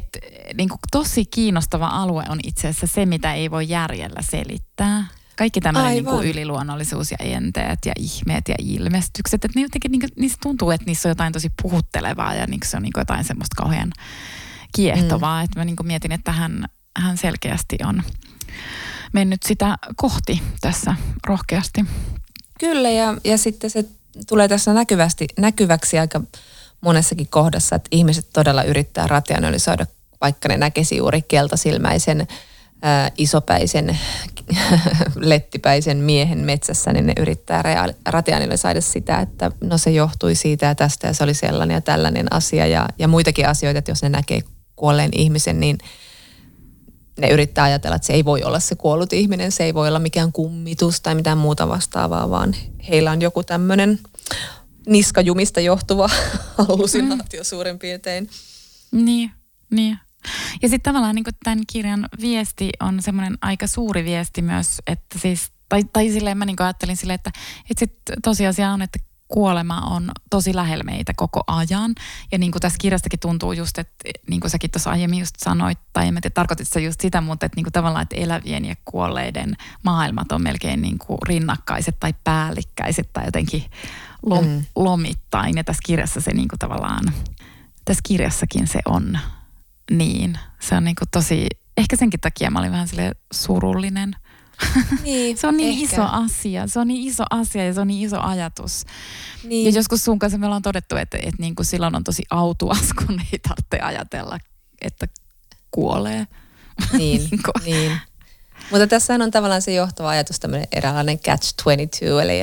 tosi kiinnostava alue on itse asiassa se, mitä ei voi järjellä selittää. Kaikki tämmöinen niin kuin yliluonnollisuus ja enteet ja ihmeet ja ilmestykset. Että ne jotenkin, niin kuin, niistä tuntuu, että niissä on jotain tosi puhuttelevaa ja niin se on niin kuin jotain semmoista kauhean kiehtovaa. Että mä niin kuin mietin, että hän selkeästi on mennyt sitä kohti tässä rohkeasti. Kyllä ja sitten se tulee tässä näkyväksi aika monessakin kohdassa, että ihmiset todella yrittää rationalisoida, vaikka ne näkisi juuri keltasilmäisen isopäisen, lettipäisen miehen metsässä, niin ne yrittää rationalisoida sitä, että no se johtui siitä ja tästä ja se oli sellainen ja tällainen asia ja muitakin asioita, että jos ne näkee kuolleen ihmisen, niin ne yrittää ajatella, että se ei voi olla se kuollut ihminen, se ei voi olla mikään kummitus tai mitään muuta vastaavaa, vaan heillä on joku tämmöinen niskajumista johtuva hallusinaatio suurin piirtein. Niin. Ja sitten tavallaan niin tämän kirjan viesti on semmoinen aika suuri viesti myös, että siis, tai silleen mä niin ajattelin silleen, että sit tosiasia on, että kuolema on tosi lähellä meitä koko ajan. Ja niin kuin tässä kirjastakin tuntuu just, että niin kuin säkin tuossa aiemmin just sanoit, tai en tiedä, tarkoitit sä just sitä, mutta että niin kuin tavallaan, että elävien ja kuolleiden maailmat on melkein niin kuin rinnakkaiset tai päällikkäiset tai jotenkin lomittain. Ja tässä kirjassa se niin kuin tavallaan, tässä kirjassakin se on niin. Se on niin kuin tosi, ehkä senkin takia mä olin vähän silleen surullinen. Niin, se on niin iso asia. Se on niin iso asia ja se on niin iso ajatus. Niin. Ja joskus sun kanssa me ollaan todettu, että niin kuin silloin on tosi autuas, kun ei tarvitse ajatella, että kuolee. Niin. Mutta tässä on tavallaan se johtava ajatus, tämmöinen eräänlainen catch-22, eli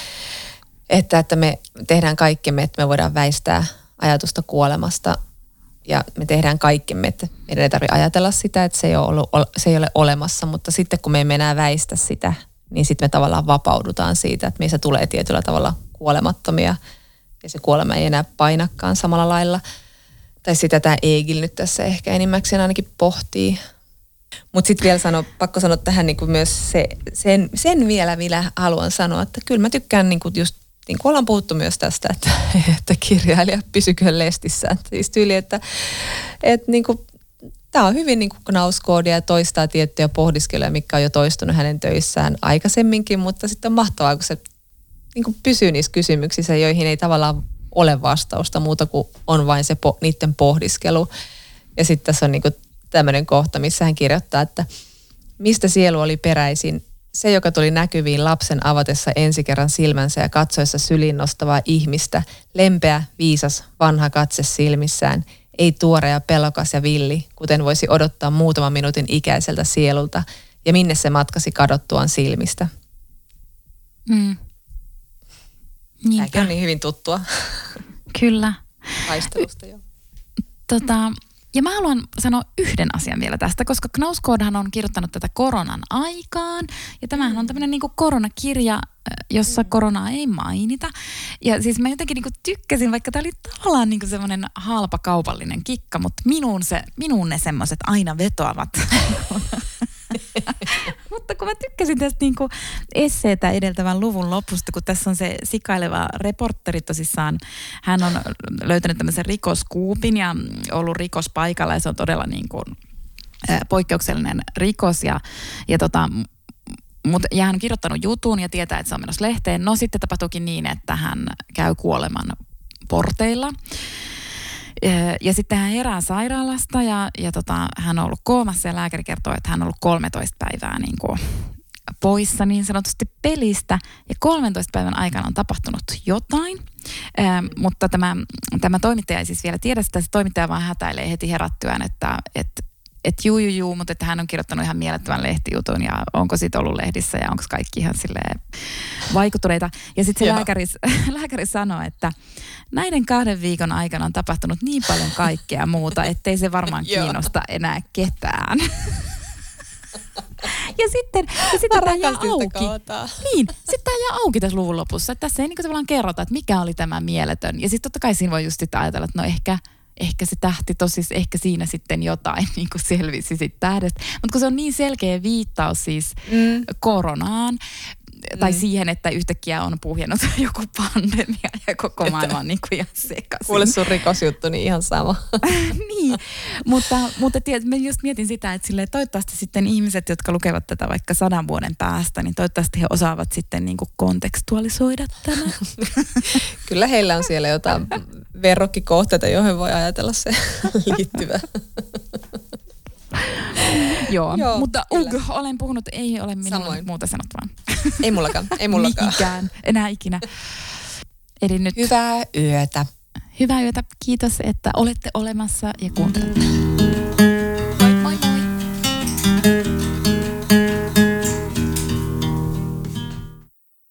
että me tehdään kaikkemme, että me voidaan väistää ajatusta kuolemasta. Ja me tehdään kaikkemme, että meidän ei tarvitse ajatella sitä, että se ei ole olemassa, mutta sitten kun me emme enää väistä sitä, niin sitten me tavallaan vapaudutaan siitä, että meistä tulee tietyllä tavalla kuolemattomia ja se kuolema ei enää painakaan samalla lailla. Tai sitä tämä Egil nyt tässä ehkä enimmäkseen ainakin pohtii. Mutta sitten vielä pakko sanoa tähän niinku myös sen vielä haluan sanoa, että kyllä mä tykkään niinku just niin kuin ollaan puhuttu myös tästä, että kirjailija pysyköön lestissään. Siis tyyli, että niin kuin, tämä on hyvin niin kuin Knausgårdia ja toistaa tiettyjä pohdiskeluja, mikä on jo toistunut hänen töissään aikaisemminkin, mutta sitten on mahtavaa, kun se niin kuin pysyy niissä kysymyksissä, joihin ei tavallaan ole vastausta muuta kuin on vain se niiden pohdiskelu. Ja sitten tässä on niin kuin tämmöinen kohta, missä hän kirjoittaa, että mistä sielu oli peräisin, se, joka tuli näkyviin lapsen avatessa ensi kerran silmänsä ja katsoessa syliin nostavaa ihmistä, lempeä, viisas, vanha katse silmissään, ei tuore ja pelokas ja villi, kuten voisi odottaa muutaman minuutin ikäiseltä sielulta, ja minne se matkasi kadottuaan silmistä. Tämäkin on niin hyvin tuttua. Kyllä. Taistelusta jo. Ja mä haluan sanoa yhden asian vielä tästä, koska Knausgårdhan on kirjoittanut tätä koronan aikaan. Ja tämähän on tämmöinen niinku koronakirja, jossa koronaa ei mainita. Ja siis mä jotenkin niinku tykkäsin, vaikka tää oli tavallaan niinku semmoinen halpa kaupallinen kikka, mutta minuun ne semmoiset aina vetoavat. Mutta kun mä tykkäsin tästä niinku esseetä edeltävän luvun lopusta, kun tässä on se sikaileva reporteri tosissaan, hän on löytänyt tämmöisen rikoskuupin ja ollut rikospaikalla ja se on todella niinku poikkeuksellinen rikos mutta hän on kirjoittanut jutun ja tietää, että se on menossa lehteen. No sitten tapahtuukin niin, että hän käy kuoleman porteilla. Ja sitten hän herää sairaalasta ja hän on ollut koomassa ja lääkäri kertoo, että hän on ollut 13 päivää niin kuin poissa niin sanotusti pelistä. Ja 13 päivän aikana on tapahtunut jotain, mutta tämä toimittaja ei siis vielä tiedä sitä. Se toimittaja vaan hätäilee heti herättyään, että juu, mutta että hän on kirjoittanut ihan mielettömän lehtijutun ja onko siitä ollut lehdissä ja onko kaikki ihan silleen vaikutuneita. Ja sitten se lääkäri sanoi, että näiden 2 viikon aikana on tapahtunut niin paljon kaikkea muuta, ettei se varmaan kiinnosta enää ketään. Ja sitten tämä jää auki. Niin, sitten tämä jää auki tässä luvun lopussa. Että tässä ei niinku tavallaan kerrota, että mikä oli tämä mieletön. Ja sitten totta kai siinä voi just sitten ajatella, että no ehkä se tähti tosissaan, ehkä siinä sitten jotain niin kuin selvisi sitten tähdestä. Mutta kun se on niin selkeä viittaus siis koronaan, tai siihen, että yhtäkkiä on puhjennut joku pandemia ja koko maailma on niin kuin ihan sekaisin. Kuule sun rikosjuttu, niin ihan sama. Niin, mutta tiedät, mä just mietin sitä, että silleen, toivottavasti sitten ihmiset, jotka lukevat tätä vaikka 100 vuoden päästä, niin toivottavasti he osaavat sitten niin kuin kontekstualisoida tämän. Kyllä heillä on siellä jotain verrokkikohteita, joihin voi ajatella se liittyvä. Joo, mutta olen puhunut, ei ole minulla muuta sanottavaa. Ei mullakaan. Mihinkään, enää ikinä. Eli nyt hyvää yötä. Hyvää yötä, kiitos, että olette olemassa ja kuuntelette.